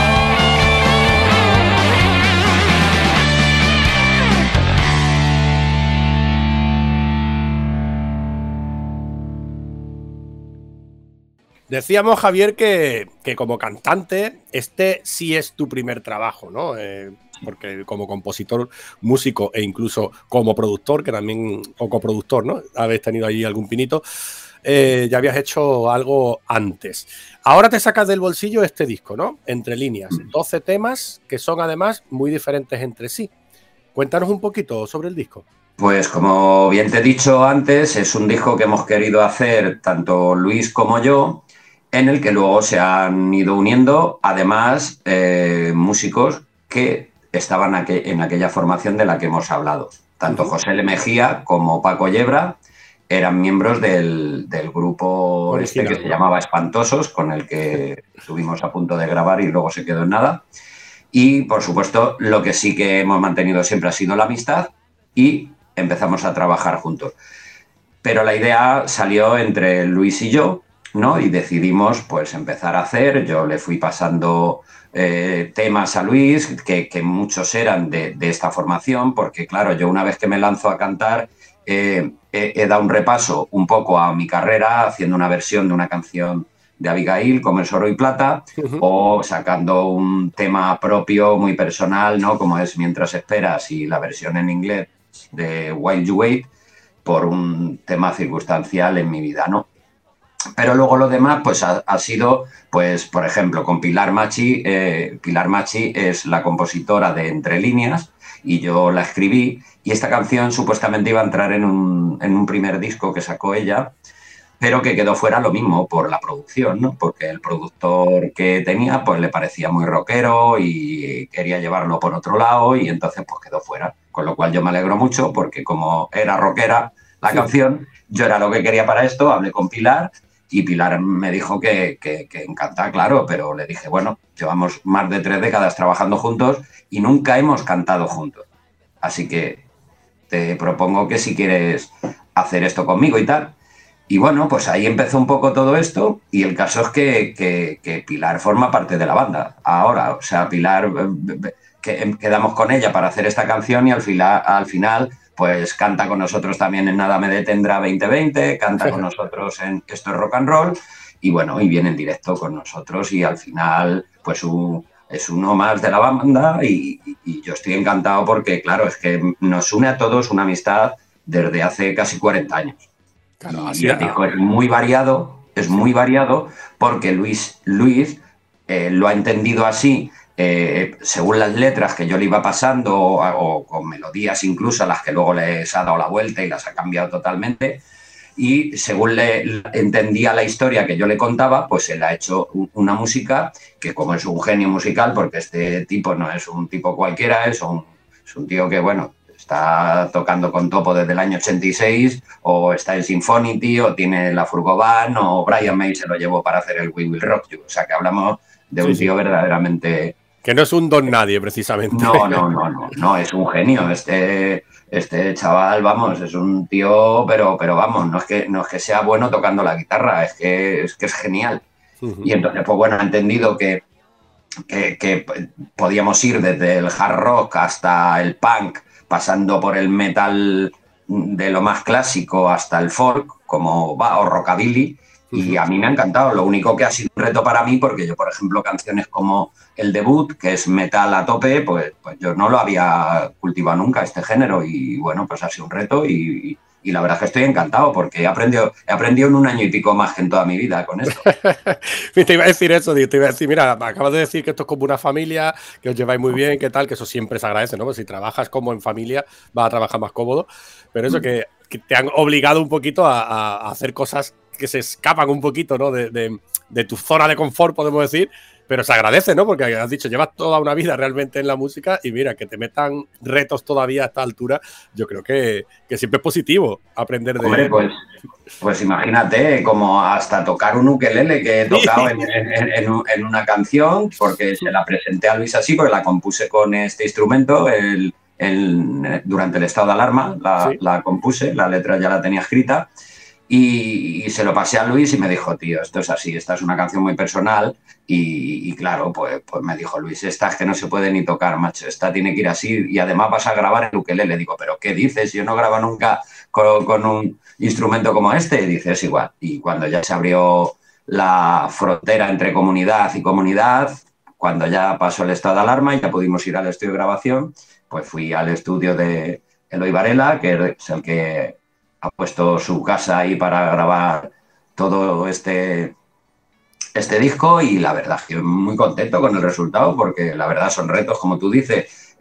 Decíamos, Javier, que como cantante, este sí es tu primer trabajo, ¿no? Porque como compositor, músico e incluso como productor, que también, o coproductor, ¿no? Habéis tenido ahí algún pinito, ya habías hecho algo antes. Ahora te sacas del bolsillo este disco, ¿no? Entre líneas, 12 temas que son además muy diferentes entre sí. Cuéntanos un poquito sobre el disco. Pues como bien te he dicho antes, es un disco que hemos querido hacer tanto Luis como yo, en el que luego se han ido uniendo, además, músicos que estaban en aquella formación de la que hemos hablado. Tanto José L. Mejía como Paco Yebra eran miembros del grupo original, que se llamaba Espantosos, con el que estuvimos a punto de grabar y luego se quedó en nada. Y, por supuesto, lo que sí que hemos mantenido siempre ha sido la amistad y empezamos a trabajar juntos. Pero la idea salió entre Luis y yo, ¿no? Y decidimos pues empezar a hacer. Yo le fui pasando temas a Luis, que muchos eran de esta formación, porque claro, yo una vez que me lanzo a cantar he dado un repaso un poco a mi carrera, haciendo una versión de una canción de Abigail, como Es oro y plata, o sacando un tema propio muy personal, ¿no? Como es Mientras esperas, y la versión en inglés de While You Wait, por un tema circunstancial en mi vida, ¿no? Pero luego lo demás pues ha sido, pues por ejemplo, con Pilar Machi. Pilar Machi es la compositora de Entre líneas y yo la escribí, y esta canción supuestamente iba a entrar en un primer disco que sacó ella, pero que quedó fuera lo mismo por la producción, ¿no? Porque el productor que tenía pues le parecía muy rockero y quería llevarlo por otro lado, y entonces pues quedó fuera. Con lo cual yo me alegro mucho, porque como era rockera la canción, yo era lo que quería para esto. Hablé con Pilar y Pilar me dijo que encantada, claro, pero le dije, bueno, llevamos más de 3 décadas trabajando juntos y nunca hemos cantado juntos. Así que te propongo que si quieres hacer esto conmigo y tal. Y bueno, pues ahí empezó un poco todo esto y el caso es que Pilar forma parte de la banda ahora. O sea, Pilar, quedamos con ella para hacer esta canción y al final pues canta con nosotros también en Nada me detendrá 2020, canta con nosotros en Esto es Rock and Roll y bueno, y viene en directo con nosotros y al final pues es uno más de la banda y yo estoy encantado porque claro, es que nos une a todos una amistad desde hace casi 40 años. Claro, así dijo, es muy variado porque Luis lo ha entendido así, según las letras que yo le iba pasando o con melodías incluso a las que luego les ha dado la vuelta y las ha cambiado totalmente y según le entendía la historia que yo le contaba, pues él ha hecho una música que como es un genio musical, porque este tipo no es un tipo cualquiera, es un tío que bueno, está tocando con Topo desde el año 86, o está en Symphonity, o tiene la Furgovan, o Brian May se lo llevó para hacer el We Will Rock You. O sea, que hablamos de un tío verdaderamente... Que no es un don nadie, precisamente. No, es un genio. Este chaval, vamos, es un tío, pero vamos, no es que sea bueno tocando la guitarra, es que es genial. Y entonces, pues bueno, ha entendido que podíamos ir desde el hard rock hasta el punk, pasando por el metal de lo más clásico hasta el folk, o rockabilly, y a mí me ha encantado. Lo único que ha sido un reto para mí, porque yo, por ejemplo, canciones como El Debut, que es metal a tope, pues yo no lo había cultivado nunca, este género, y bueno, pues ha sido un reto y la verdad es que estoy encantado porque he aprendido en un año y pico más que en toda mi vida con esto. Te iba a decir eso, te iba a decir, mira, acabas de decir que esto es como una familia, que os lleváis muy bien, que tal, que eso siempre se agradece, ¿no? Pues si trabajas como en familia, vas a trabajar más cómodo, pero eso que te han obligado un poquito a hacer cosas que se escapan un poquito, ¿no? De tu zona de confort, podemos decir, pero se agradece, ¿no? Porque has dicho, llevas toda una vida realmente en la música y mira, que te metan retos todavía a esta altura, yo creo que siempre es positivo aprender de... Hombre, pues imagínate, como hasta tocar un ukelele que he tocado en una canción, porque se la presenté a Luis así, porque la compuse con este instrumento durante el estado de alarma, la compuse, la letra ya la tenía escrita, y se lo pasé a Luis y me dijo, tío, esto es así, esta es una canción muy personal y claro, pues me dijo Luis, esta es que no se puede ni tocar, macho, esta tiene que ir así y además vas a grabar el ukelele. Le digo, ¿pero qué dices? Yo no grabo nunca con un instrumento como este. Y dice, es igual. Y cuando ya se abrió la frontera entre comunidad y comunidad, cuando ya pasó el estado de alarma y ya pudimos ir al estudio de grabación, pues fui al estudio de Eloy Varela, que es el que ha puesto su casa ahí para grabar todo este disco y la verdad que muy contento con el resultado porque la verdad son retos, como tú dices,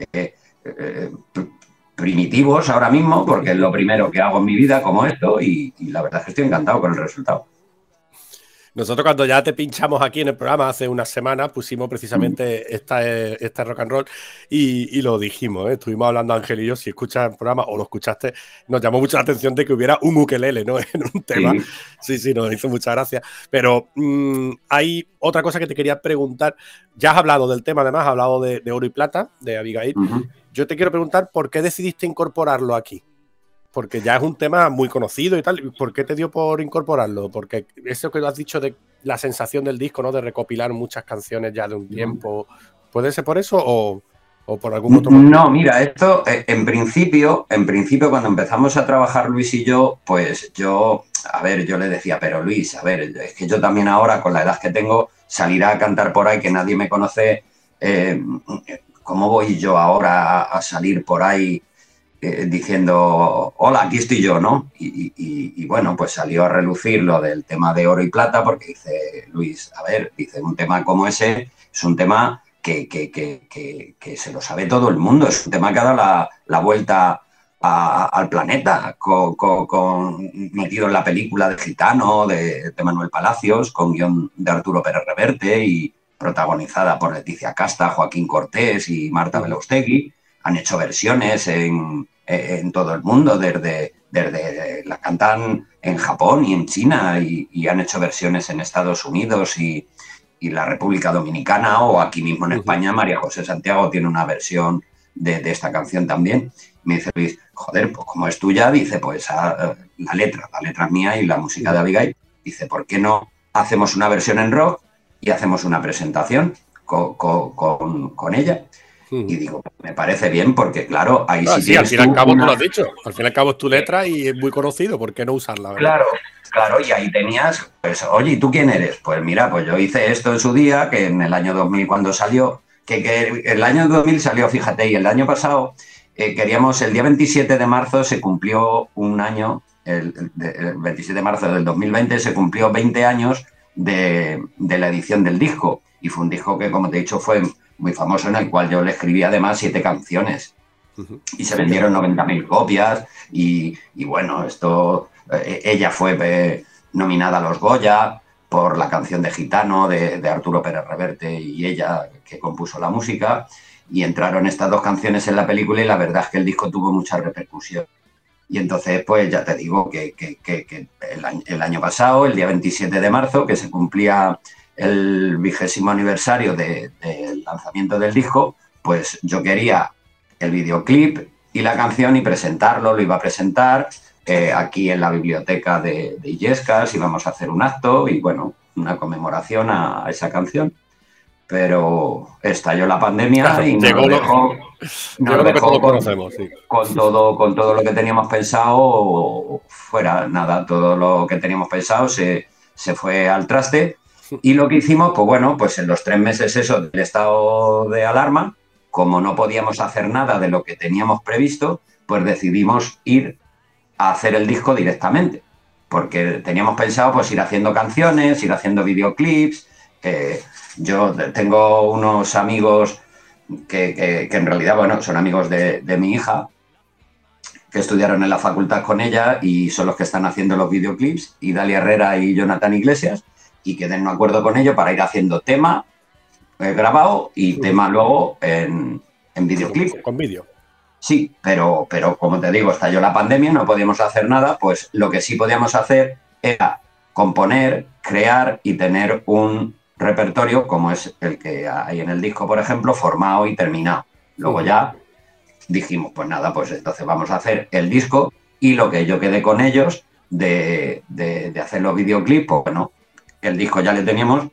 primitivos ahora mismo porque es lo primero que hago en mi vida como esto y la verdad es que estoy encantado con el resultado. Nosotros cuando ya te pinchamos aquí en el programa hace unas semanas pusimos precisamente esta rock and roll y lo dijimos, ¿eh? Estuvimos hablando Ángel y yo, si escuchas el programa o lo escuchaste, nos llamó mucho la atención de que hubiera un ukelele, ¿no? En un tema. Sí, nos hizo mucha gracia. Pero hay otra cosa que te quería preguntar. Ya has hablado del tema, además, has hablado de Oro y Plata, de Abigail. Yo te quiero preguntar, ¿por qué decidiste incorporarlo aquí? Porque ya es un tema muy conocido y tal. ¿Por qué te dio por incorporarlo? Porque eso que has dicho de la sensación del disco, ¿no? De recopilar muchas canciones ya de un tiempo. ¿Puede ser por eso o por algún otro motivo? No, mira, esto en principio, cuando empezamos a trabajar Luis y yo, pues yo le decía, pero Luis, es que yo también ahora, con la edad que tengo, salir a cantar por ahí que nadie me conoce, ¿cómo voy yo ahora a salir por ahí diciendo, hola, aquí estoy yo, ¿no? Y bueno, pues salió a relucir lo del tema de Oro y Plata, porque dice Luis, dice, un tema como ese es un tema que se lo sabe todo el mundo, es un tema que ha dado la vuelta al planeta, metido en la película de Gitano, de Manuel Palacios, con guión de Arturo Pérez Reverte y protagonizada por Leticia Casta, Joaquín Cortés y Marta Belaustegui. Han hecho versiones en todo el mundo, desde la cantan en Japón y en China y han hecho versiones en Estados Unidos y la República Dominicana o aquí mismo en España. María José Santiago tiene una versión de esta canción también. Me dice Luis, joder, pues como es tuya, dice, pues la letra es mía y la música de Abigail. Dice, ¿por qué no hacemos una versión en rock y hacemos una presentación con ella? Y digo, me parece bien porque, claro, ahí sí al fin y al cabo tú lo has dicho. Al fin y al cabo es tu letra y es muy conocido. ¿Por qué no usarla? ¿Verdad? Claro, y ahí tenías, pues, oye, ¿y tú quién eres? Pues mira, pues yo hice esto en su día, que en el año 2000 cuando salió, que el año 2000 salió, fíjate, y el año pasado queríamos, el día 27 de marzo se cumplió un año, el 27 de marzo del 2020 se cumplió 20 años de la edición del disco. Y fue un disco que, como te he dicho, fue muy famoso, en el cual yo le escribí además 7 canciones. Y se vendieron 90.000 copias. Y bueno, esto... ella fue nominada a los Goya por la canción de Gitano de Arturo Pérez Reverte y ella, que compuso la música. Y entraron estas 2 canciones en la película y la verdad es que el disco tuvo mucha repercusión. Y entonces, pues ya te digo que el año pasado, el día 27 de marzo, que se cumplía el 20º aniversario del lanzamiento del disco, pues yo quería el videoclip y la canción y presentarlo, lo iba a presentar aquí en la biblioteca de Illescas, íbamos a hacer un acto y bueno, una conmemoración a esa canción. Pero estalló la pandemia y nos dejó con todo lo que teníamos pensado fuera, nada, todo lo que teníamos pensado se fue al traste. Y lo que hicimos, pues bueno, pues en los 3 meses eso del estado de alarma, como no podíamos hacer nada de lo que teníamos previsto, pues decidimos ir a hacer el disco directamente, porque teníamos pensado pues ir haciendo canciones, ir haciendo videoclips. Yo tengo unos amigos que en realidad, bueno, son amigos de mi hija, que estudiaron en la facultad con ella y son los que están haciendo los videoclips, y Dalia Herrera y Jonathan Iglesias, y quedé en un acuerdo con ellos para ir haciendo tema grabado y tema luego en videoclip. Con vídeo. Sí, pero como te digo, estalló la pandemia, no podíamos hacer nada, pues lo que sí podíamos hacer era componer, crear y tener un repertorio como es el que hay en el disco, por ejemplo, formado y terminado. Luego ya dijimos, pues nada, pues entonces vamos a hacer el disco, y lo que yo quedé con ellos de hacer los videoclips, pues bueno, el disco ya le teníamos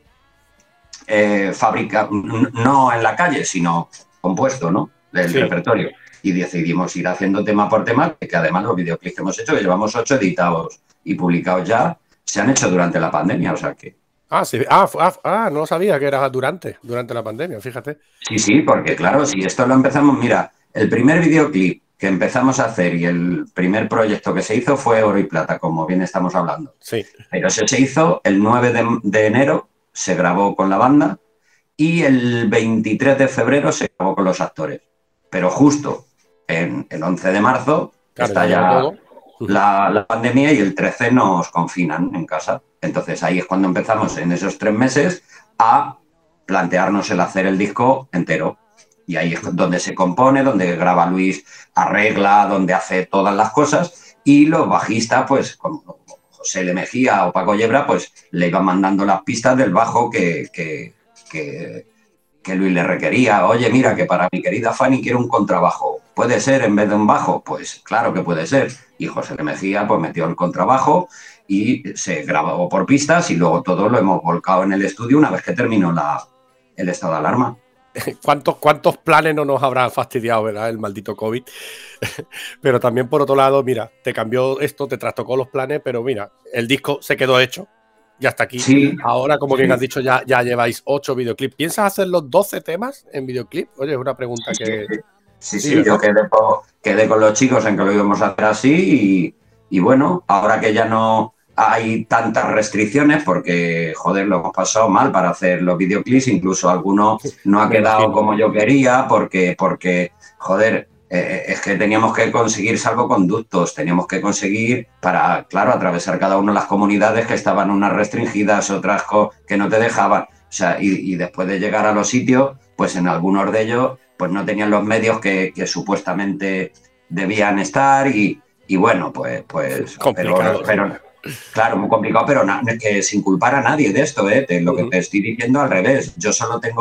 fabricado, no en la calle, sino compuesto, ¿no? Del repertorio. Y decidimos ir haciendo tema por tema, que además los videoclips que hemos hecho, que llevamos 8 editados y publicados ya, se han hecho durante la pandemia, o sea que... Sí. No sabía que era durante la pandemia, fíjate. Sí, porque claro, si esto lo empezamos, mira, el primer videoclip que empezamos a hacer y el primer proyecto que se hizo fue Oro y Plata, como bien estamos hablando. Sí. Pero ese se hizo el 9 de enero, se grabó con la banda, y el 23 de febrero se grabó con los actores. Pero justo en el 11 de marzo está ya la pandemia y el 13 nos confinan en casa. Entonces ahí es cuando empezamos en esos 3 meses a plantearnos el hacer el disco entero. Y ahí es donde se compone, donde graba Luis, arregla, donde hace todas las cosas, y los bajistas, pues como José L. Mejía o Paco Yebra, pues le iban mandando las pistas del bajo que Luis le requería. Oye, mira, que para mi querida Fanny quiero un contrabajo. ¿Puede ser en vez de un bajo? Pues claro que puede ser. Y José L. Mejía pues metió el contrabajo y se grabó por pistas, y luego todo lo hemos volcado en el estudio una vez que terminó el estado de alarma. ¿Cuántos planes no nos habrá fastidiado, verdad, el maldito COVID? Pero también, por otro lado, mira, te cambió esto, te trastocó los planes, pero mira, el disco se quedó hecho, ya está aquí. Sí, ahora, como bien has dicho, ya lleváis 8 videoclips. ¿Piensas hacer los 12 temas en videoclip? Oye, es una pregunta que... Sí, yo quedé con los chicos en que lo íbamos a hacer así, y bueno, ahora que ya no hay tantas restricciones, porque, joder, lo hemos pasado mal para hacer los videoclips, incluso algunos no ha quedado como yo quería, porque joder, es que teníamos que conseguir salvoconductos, teníamos que conseguir para, claro, atravesar cada una de las comunidades que estaban unas restringidas, otras que no te dejaban, o sea, y después de llegar a los sitios, pues en algunos de ellos, pues no tenían los medios que supuestamente debían estar, y bueno, pues pero claro, muy complicado, pero que sin culpar a nadie de esto, lo que te estoy diciendo al revés. Yo solo tengo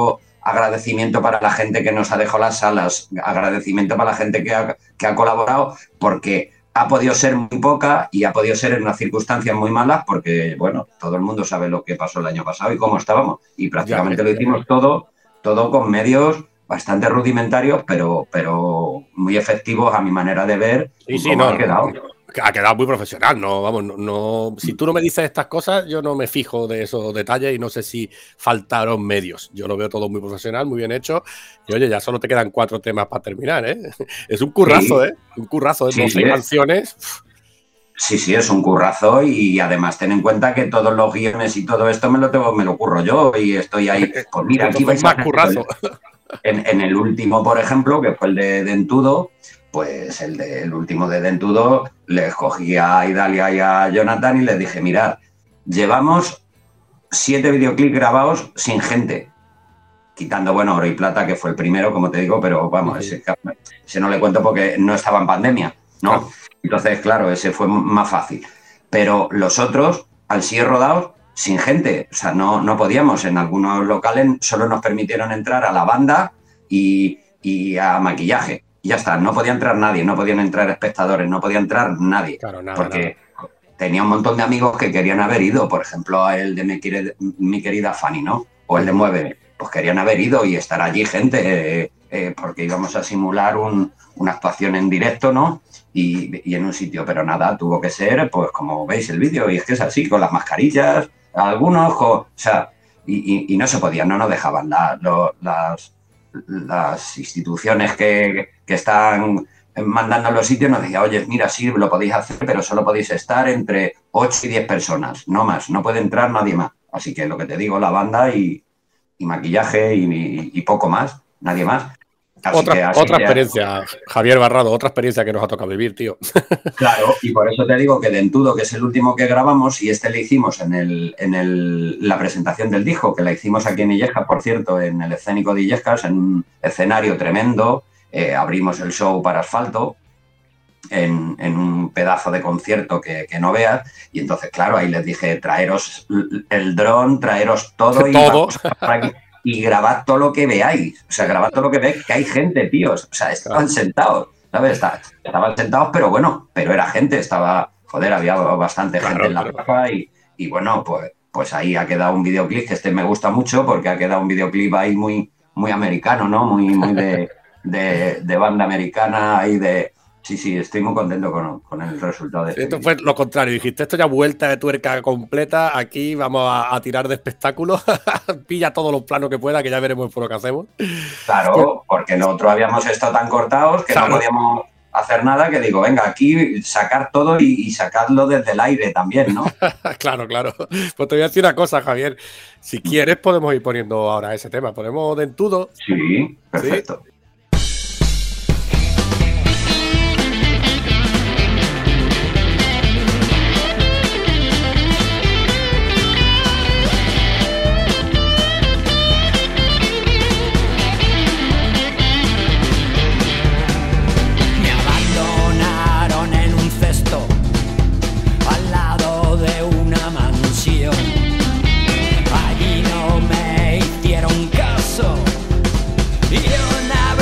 agradecimiento para la gente que nos ha dejado las salas, agradecimiento para la gente que ha colaborado, porque ha podido ser muy poca y ha podido ser en unas circunstancias muy malas, porque, bueno, todo el mundo sabe lo que pasó el año pasado y cómo estábamos. Y prácticamente lo hicimos todo con medios bastante rudimentarios, pero muy efectivos a mi manera de ver. Ha quedado. Ha quedado muy profesional, no. Si tú no me dices estas cosas, yo no me fijo de esos detalles y no sé si faltaron medios. Yo lo veo todo muy profesional, muy bien hecho. Y oye, ya solo te quedan 4 temas para terminar, ¿eh? Es un currazo, sí. Un currazo de 12 canciones. Sí, es un currazo y además ten en cuenta que todos los guiones y todo esto me lo curro yo y estoy ahí. Pues mira, aquí vais más currazo. En el último, por ejemplo, que fue el de Dentudo, pues el último de Dentudo, le escogí a Idalia y a Jonathan y les dije, mirad, llevamos 7 videoclips grabados sin gente, quitando, bueno, Oro y Plata, que fue el primero, como te digo, pero vamos, ese no le cuento porque no estaba en pandemia, ¿no? Claro. Entonces, claro, ese fue más fácil. Pero los otros, al ser rodados, sin gente, o sea, no podíamos. En algunos locales solo nos permitieron entrar a la banda y a maquillaje. Y ya está, no podía entrar nadie, no podían entrar espectadores, no podía entrar nadie. Claro, porque tenía un montón de amigos que querían haber ido, por ejemplo, a el de mi querida Fanny, ¿no? O el de Mueve, pues querían haber ido y estar allí gente, porque íbamos a simular una actuación en directo, ¿no? Y en un sitio, pero nada, tuvo que ser, pues como veis el vídeo, y es que es así, con las mascarillas, algunos, o sea, y no se podía, no nos dejaban las instituciones que están mandando los sitios, nos decían, oye, mira, sí, lo podéis hacer, pero solo podéis estar entre 8 y 10 personas, no más, no puede entrar nadie más. Así que lo que te digo, la banda y maquillaje y poco más, nadie más. Otra experiencia, Javier Barrado, otra experiencia que nos ha tocado vivir, tío. Claro, y por eso te digo que Dentudo, que es el último que grabamos, y le hicimos en la presentación del disco, que la hicimos aquí en Illescas, por cierto, en el escénico de Illescas, en un escenario tremendo, abrimos el show para Asfalto, en un pedazo de concierto que no veas, y entonces, claro, ahí les dije, traeros el dron, traeros todo. Y grabad todo lo que veáis. O sea, grabad todo lo que veáis, que hay gente, tíos. O sea, estaban sentados, ¿sabes? Estaban sentados, pero bueno, pero era gente. Había bastante gente en la plaza y bueno, pues ahí ha quedado un videoclip que me gusta mucho porque ha quedado un videoclip ahí muy, muy americano, ¿no? Muy de banda americana ahí de... Sí, estoy muy contento con el resultado de este Esto fue lo contrario, dijiste, esto ya vuelta de tuerca completa, aquí vamos a tirar de espectáculo, pilla todos los planos que pueda, que ya veremos por lo que hacemos. Claro, porque nosotros habíamos estado tan cortados que no podíamos hacer nada, que digo, venga, aquí sacar todo y sacarlo desde el aire también, ¿no? Claro. Pues te voy a decir una cosa, Javier, si quieres podemos ir poniendo ahora ese tema, ponemos Dentudo. Sí, perfecto. ¿Sí? Allí no me hicieron caso y una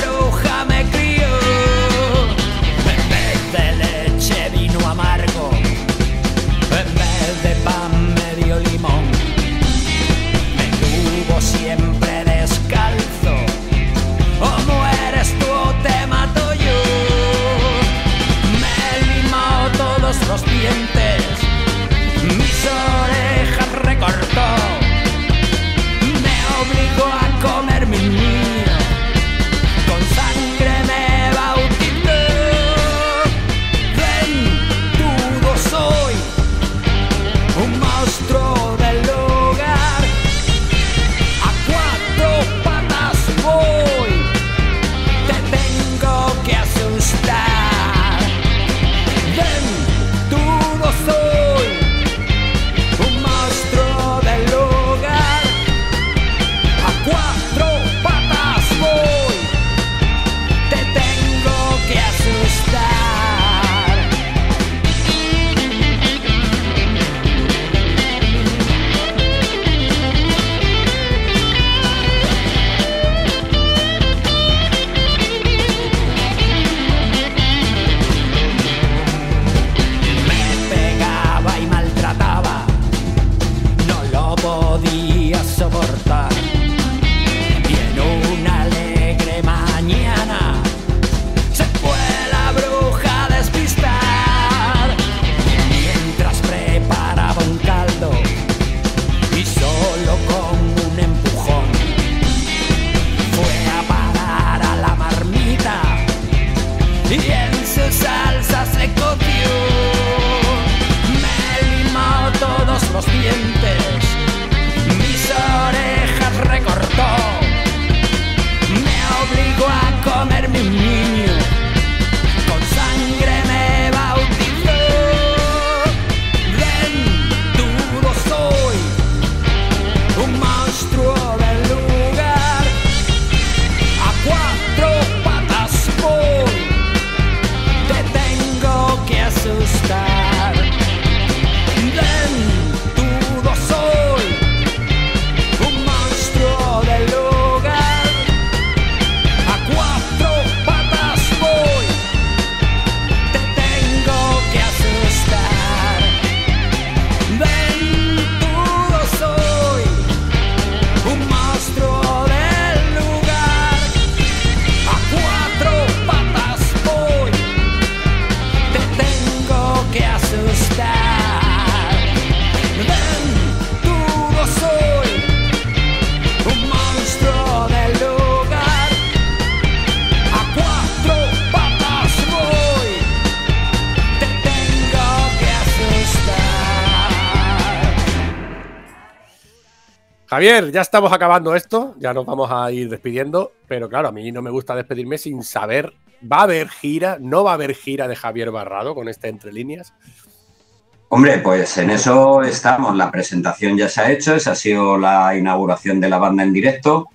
Javier, ya estamos acabando esto, ya nos vamos a ir despidiendo, pero claro, a mí no me gusta despedirme sin saber, ¿va a haber gira? ¿No va a haber gira de Javier Barrado con este Entre Líneas? Hombre, pues en eso estamos. La presentación ya se ha hecho, esa ha sido la inauguración de la banda en directo.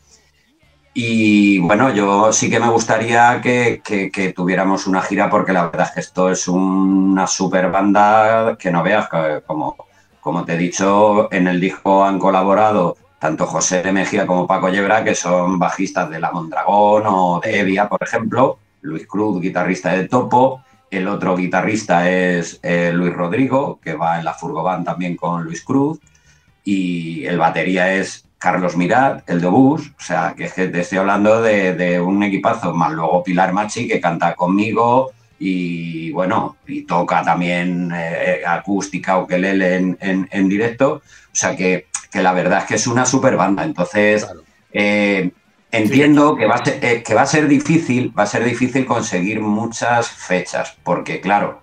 Y bueno, yo sí que me gustaría que tuviéramos una gira, porque la verdad es que esto es una super banda que no veas, como te he dicho, en el disco han colaborado tanto José de Mejía como Paco Yebra, que son bajistas de La Mondragón o de Evia, por ejemplo. Luis Cruz, guitarrista de Topo. El otro guitarrista es Luis Rodrigo, que va en la Furgobán también con Luis Cruz. Y el batería es Carlos Mirat, el de Obús. O sea, que es que te estoy hablando de un equipazo. Más luego Pilar Machi, que canta conmigo. Y bueno, y toca también acústica o ukelele en directo. O sea, que la verdad es que es una super banda. Entonces, claro. Entiendo que va a ser difícil conseguir muchas fechas, porque claro,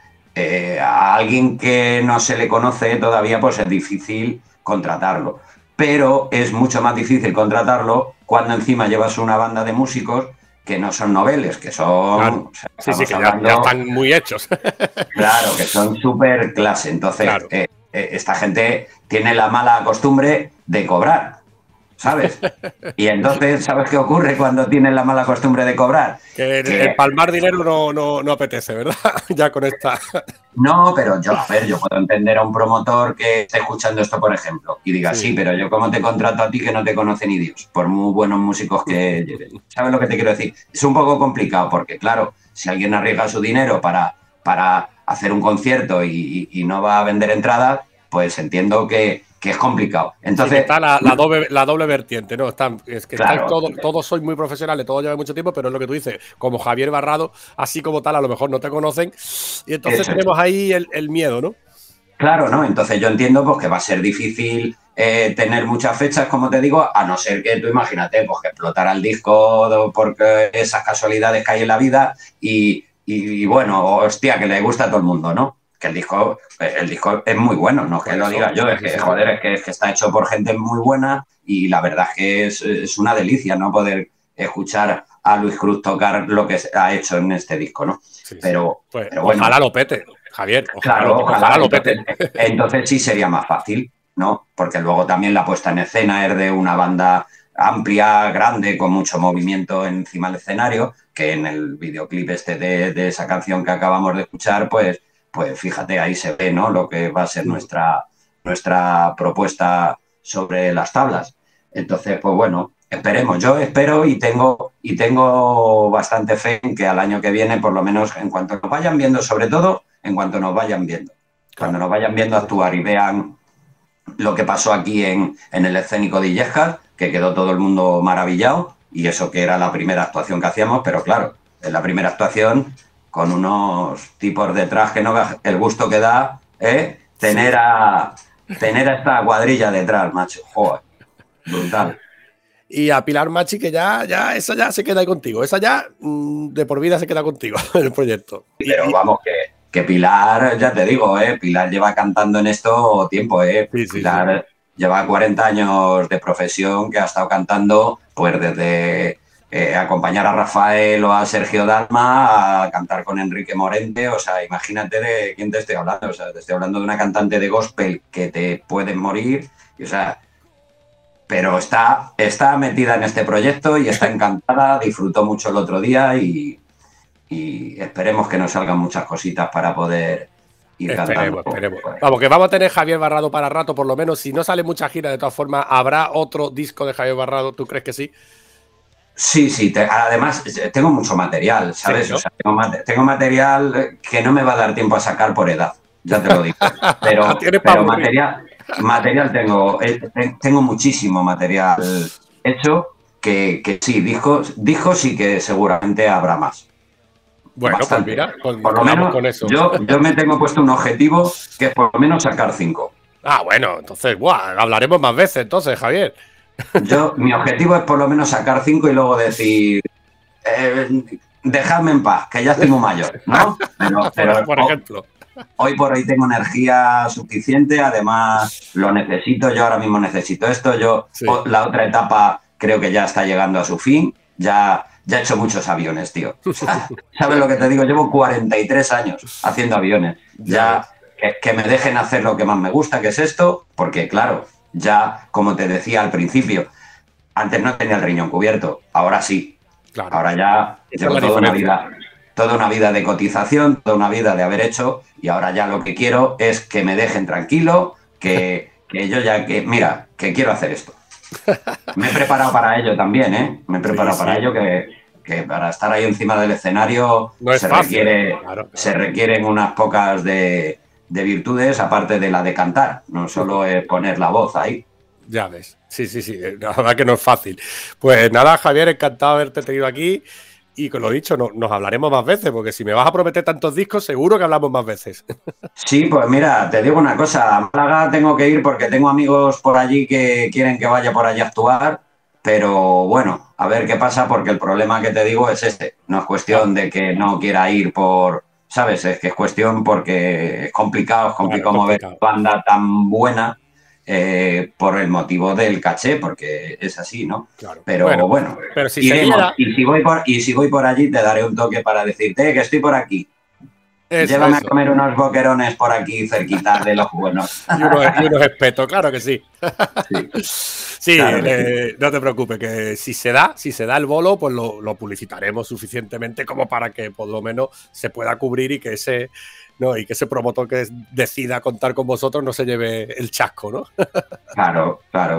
a alguien que no se le conoce todavía, pues es difícil contratarlo. Pero es mucho más difícil contratarlo cuando encima llevas una banda de músicos que no son noveles, que son... Claro. O sea, sí, que ya están muy hechos. Claro, que son súper clase. Entonces, claro. Esta gente tiene la mala costumbre de cobrar, ¿sabes? Y entonces, ¿sabes qué ocurre cuando tienen la mala costumbre de cobrar? Que el palmar dinero no apetece, ¿verdad? Ya con esta... No, pero yo puedo entender a un promotor que esté escuchando esto, por ejemplo, y diga, sí, pero yo cómo te contrato a ti que no te conoce ni Dios, por muy buenos músicos que lleven. ¿Sabes lo que te quiero decir? Es un poco complicado porque, claro, si alguien arriesga su dinero para hacer un concierto y no va a vender entradas, pues entiendo que es complicado. Entonces, sí, está la doble vertiente, ¿no? Claro, todos sois muy profesionales, todos llevan mucho tiempo, pero es lo que tú dices, como Javier Barrado, así como tal, a lo mejor no te conocen, y entonces tenemos ahí el miedo, ¿no? Claro, ¿no? Entonces yo entiendo pues, que va a ser difícil tener muchas fechas, como te digo, a no ser que tú imagínate, pues que explotara el disco porque esas casualidades que hay en la vida y bueno, hostia, que le gusta a todo el mundo, ¿no? Que el disco es muy bueno, no es que lo diga yo, es que, joder, es que está hecho por gente muy buena y la verdad es que es una delicia, ¿no? Poder escuchar a Luis Cruz tocar lo que ha hecho en este disco, ¿no? Sí, pero bueno, ojalá lo pete, Javier. Ojalá lo pete. Entonces sí sería más fácil, ¿no? Porque luego también la puesta en escena es de una banda amplia, grande, con mucho movimiento encima del escenario, que en el videoclip de esa canción que acabamos de escuchar, pues fíjate, ahí se ve, ¿no? Lo que va a ser nuestra propuesta sobre las tablas. Entonces, pues bueno, esperemos. Yo espero y tengo bastante fe en que al año que viene, por lo menos en cuanto nos vayan viendo, sobre todo en cuanto nos vayan viendo. Cuando nos vayan viendo actuar y vean lo que pasó aquí en el escénico de Illescas, que quedó todo el mundo maravillado, y eso que era la primera actuación que hacíamos, pero claro, en la primera actuación con unos tipos detrás que no veas el gusto que da, tener a esta cuadrilla detrás, macho. Joder, brutal. Y a Pilar Machi, que ya esa ya se queda ahí contigo. Esa ya de por vida se queda contigo en el proyecto. Pero vamos, que Pilar, ya te digo, Pilar lleva cantando en esto tiempo, Pilar lleva 40 años de profesión, que ha estado cantando pues desde... acompañar a Rafael o a Sergio Dalma, a cantar con Enrique Morente, o sea, imagínate de quién te estoy hablando, o sea, te estoy hablando de una cantante de gospel que te pueden morir, y, o sea, pero está metida en este proyecto y está encantada, disfrutó mucho el otro día y esperemos que nos salgan muchas cositas para poder ir cantando. Esperemos. Vamos, que vamos a tener Javier Barrado para rato, por lo menos, si no sale mucha gira, de todas formas, ¿habrá otro disco de Javier Barrado? ¿Tú crees que sí? Sí, además tengo mucho material, ¿sabes? Sí, ¿no? O sea, tengo material que no me va a dar tiempo a sacar por edad, ya te lo digo. Pero material tengo muchísimo material hecho que sí, discos sí que seguramente habrá más. Bueno, bastante. Pues mira, por lo menos con eso. Yo me tengo puesto un objetivo que es por lo menos sacar 5. Ah, bueno, entonces, hablaremos más veces entonces, Javier. Mi objetivo es por lo menos sacar 5 y luego decir, dejadme en paz, que ya estoy muy mayor, ¿no? Pero por ejemplo. hoy por hoy tengo energía suficiente, además lo necesito, yo ahora mismo necesito esto, la otra etapa creo que ya está llegando a su fin, ya he hecho muchos aviones, tío. O sea, ¿sabes lo que te digo? Llevo 43 años haciendo aviones. Ya que me dejen hacer lo que más me gusta, que es esto, porque claro, ya, como te decía al principio, antes no tenía el riñón cubierto, ahora sí. Claro. Ahora ya llevo toda una vida de cotización, toda una vida de haber hecho, y ahora ya lo que quiero es que me dejen tranquilo, que yo ya mira, que quiero hacer esto. Me he preparado para ello también, ¿eh? Me he preparado para ello, que para estar ahí encima del escenario no es fácil. Se requieren unas pocas de virtudes, aparte de la de cantar, no solo es poner la voz ahí. Ya ves, sí, la verdad que no es fácil. Pues nada, Javier, encantado de haberte tenido aquí. Y con lo dicho, nos hablaremos más veces, porque si me vas a prometer tantos discos, seguro que hablamos más veces. Sí, pues mira, te digo una cosa, a Málaga tengo que ir porque tengo amigos por allí que quieren que vaya por allí a actuar, pero bueno, a ver qué pasa, porque el problema que te digo es este, no es cuestión de que no quiera ir ¿sabes? Es que es cuestión porque es complicado mover una banda tan buena. Por el motivo del caché, porque es así, ¿no? Claro. Pero bueno, pero si iremos, y si voy por allí te daré un toque para decirte que estoy por aquí. Llévame a comer unos boquerones por aquí cerquita de los buenos. y unos espetos, claro que sí. Sí, claro no te preocupes, que si se da el bolo, pues lo publicitaremos suficientemente como para que por lo menos se pueda cubrir y que ese promotor que decida contar con vosotros no se lleve el chasco, ¿no? Claro.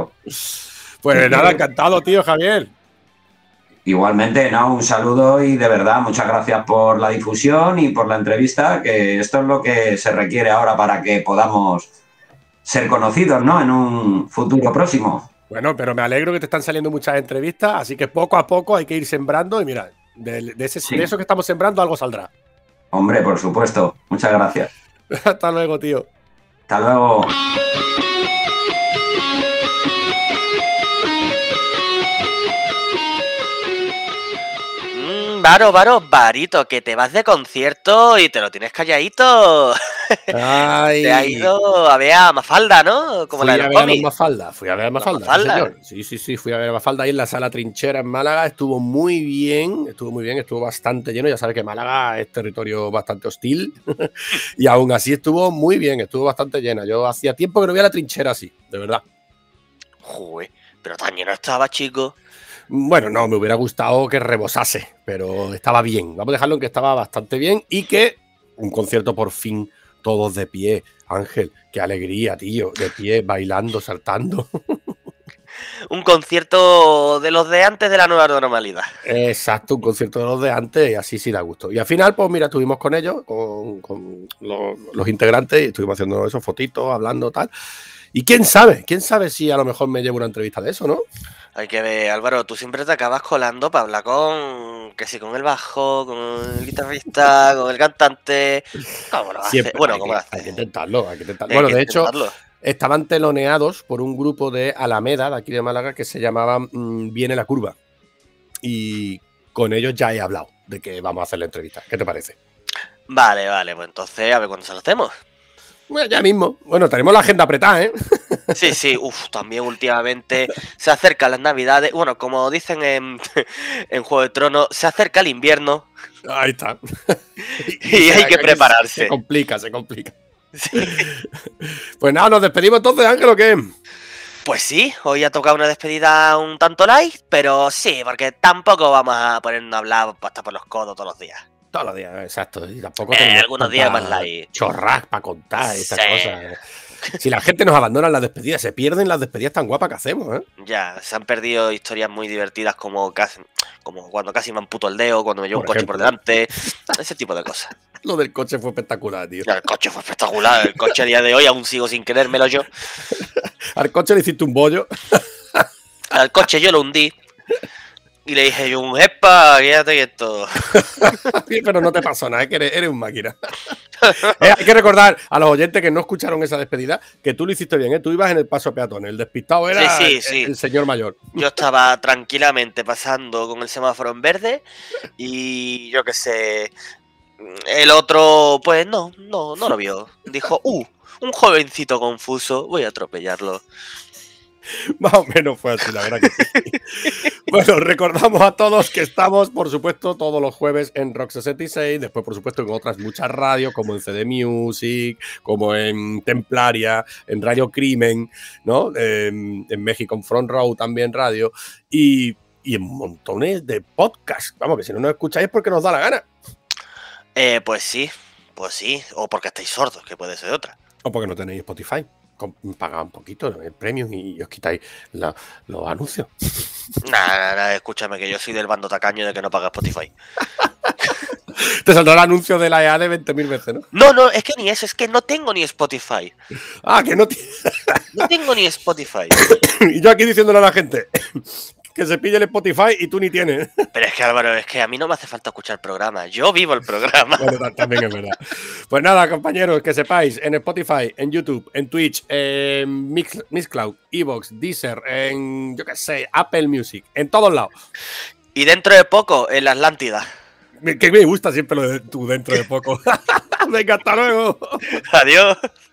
Pues nada, encantado, tío, Javier. Igualmente, un saludo y de verdad muchas gracias por la difusión y por la entrevista, que esto es lo que se requiere ahora para que podamos ser conocidos, ¿no? En un futuro próximo. Bueno, pero me alegro que te están saliendo muchas entrevistas, así que poco a poco hay que ir sembrando y mira, de eso que estamos sembrando algo saldrá. Hombre, por supuesto. Muchas gracias. Hasta luego, tío. Hasta luego. Varito, que te vas de concierto y te lo tienes calladito. Ay. Te ha ido a ver a Mafalda, ¿no? Fui a ver a Mafalda, sí, señor. Sí, fui a ver a Mafalda ahí en la Sala Trinchera en Málaga. Estuvo muy bien, estuvo bastante lleno. Ya sabes que Málaga es territorio bastante hostil y aún así estuvo muy bien, estuvo bastante llena. Yo hacía tiempo que no veía la Trinchera así, de verdad. Joder, pero tan lleno estaba, chico. Bueno, no, me hubiera gustado que rebosase, pero estaba bien. Vamos a dejarlo en que estaba bastante bien y que un concierto por fin todos de pie. Ángel, qué alegría, tío, de pie, bailando, saltando. Un concierto de los de antes de la nueva normalidad. Exacto, un concierto de los de antes y así sí da gusto. Y al final, pues mira, estuvimos con ellos, con los integrantes y estuvimos haciendo esos fotitos, hablando, tal. Y quién sabe si a lo mejor me llevo una entrevista de eso, ¿no? Hay que ver, Álvaro, tú siempre te acabas colando para hablar con el bajo, con el guitarrista, con el cantante. ¿Cómo lo haces? Bueno, ¿cómo lo haces? Hay que intentarlo. Bueno, de hecho, estaban teloneados por un grupo de Alameda, de aquí de Málaga, que se llamaba Viene la Curva. Y con ellos ya he hablado de que vamos a hacer la entrevista. ¿Qué te parece? Vale, pues entonces a ver cuándo se lo hacemos. Bueno, ya mismo. Bueno, tenemos la agenda apretada, ¿eh? Sí, también últimamente se acercan las navidades. Bueno, como dicen en Juego de Tronos, se acerca el invierno. Ahí está. y hay que prepararse. Se complica. Sí. Pues nada, nos despedimos entonces, Ángel, ¿o qué? Pues sí, hoy ha tocado una despedida un tanto light, pero sí, porque tampoco vamos a ponernos a hablar hasta por los codos todos los días. Todos los días, exacto. Y tampoco algunos días más light. Chorras para contar estas cosas. Si la gente nos abandona en las despedidas, se pierden las despedidas tan guapas que hacemos, ¿eh? Ya, se han perdido historias muy divertidas como cuando casi me amputo el dedo, cuando me llevo un coche por delante, ese tipo de cosas. Lo del coche fue espectacular, tío. El coche fue espectacular. El coche a día de hoy aún sigo sin querérmelo yo. Al coche le hiciste un bollo. Al coche yo lo hundí. Y le dije yo, un ¡epa! Quédate quieto. Pero no te pasó nada, que eres un máquina. Hay que recordar a los oyentes que no escucharon esa despedida que tú lo hiciste bien, ¿eh? Tú ibas en el paso peatón, el despistado era el señor mayor. Yo estaba tranquilamente pasando con el semáforo en verde y yo qué sé, El otro, pues no lo vio. Dijo, un jovencito confuso, voy a atropellarlo. Más o menos fue así, la verdad que sí. Bueno, recordamos a todos que estamos, por supuesto, todos los jueves en Rock 66, después, por supuesto, en otras muchas radios, como en CD Music, como en Templaria, en Radio Crimen, ¿no? En México, en Front Row también radio, y en montones de podcasts. Vamos, que si no nos escucháis es porque nos da la gana. Pues sí, o porque estáis sordos, que puede ser otra. O porque no tenéis Spotify. Pagad un poquito el premium y os quitáis los anuncios. Nah, escúchame, que yo soy del bando tacaño de que no paga Spotify. Te saldrá el anuncio de la EA de 20.000 veces, ¿no? No, es que ni eso, es que no tengo ni Spotify. Que no No tengo ni Spotify. Y yo aquí diciéndole a la gente que se pille el Spotify y tú ni tienes. Pero es que, Álvaro, es que a mí no me hace falta escuchar el programa. Yo vivo el programa. Bueno, también es verdad. Pues nada, compañeros, que sepáis, en Spotify, en YouTube, en Twitch, en Mixcloud, Evox, Deezer, en, yo qué sé, Apple Music, en todos lados. Y dentro de poco, en la Atlántida. Que me gusta siempre lo de tú dentro de poco. Venga, hasta luego. Adiós.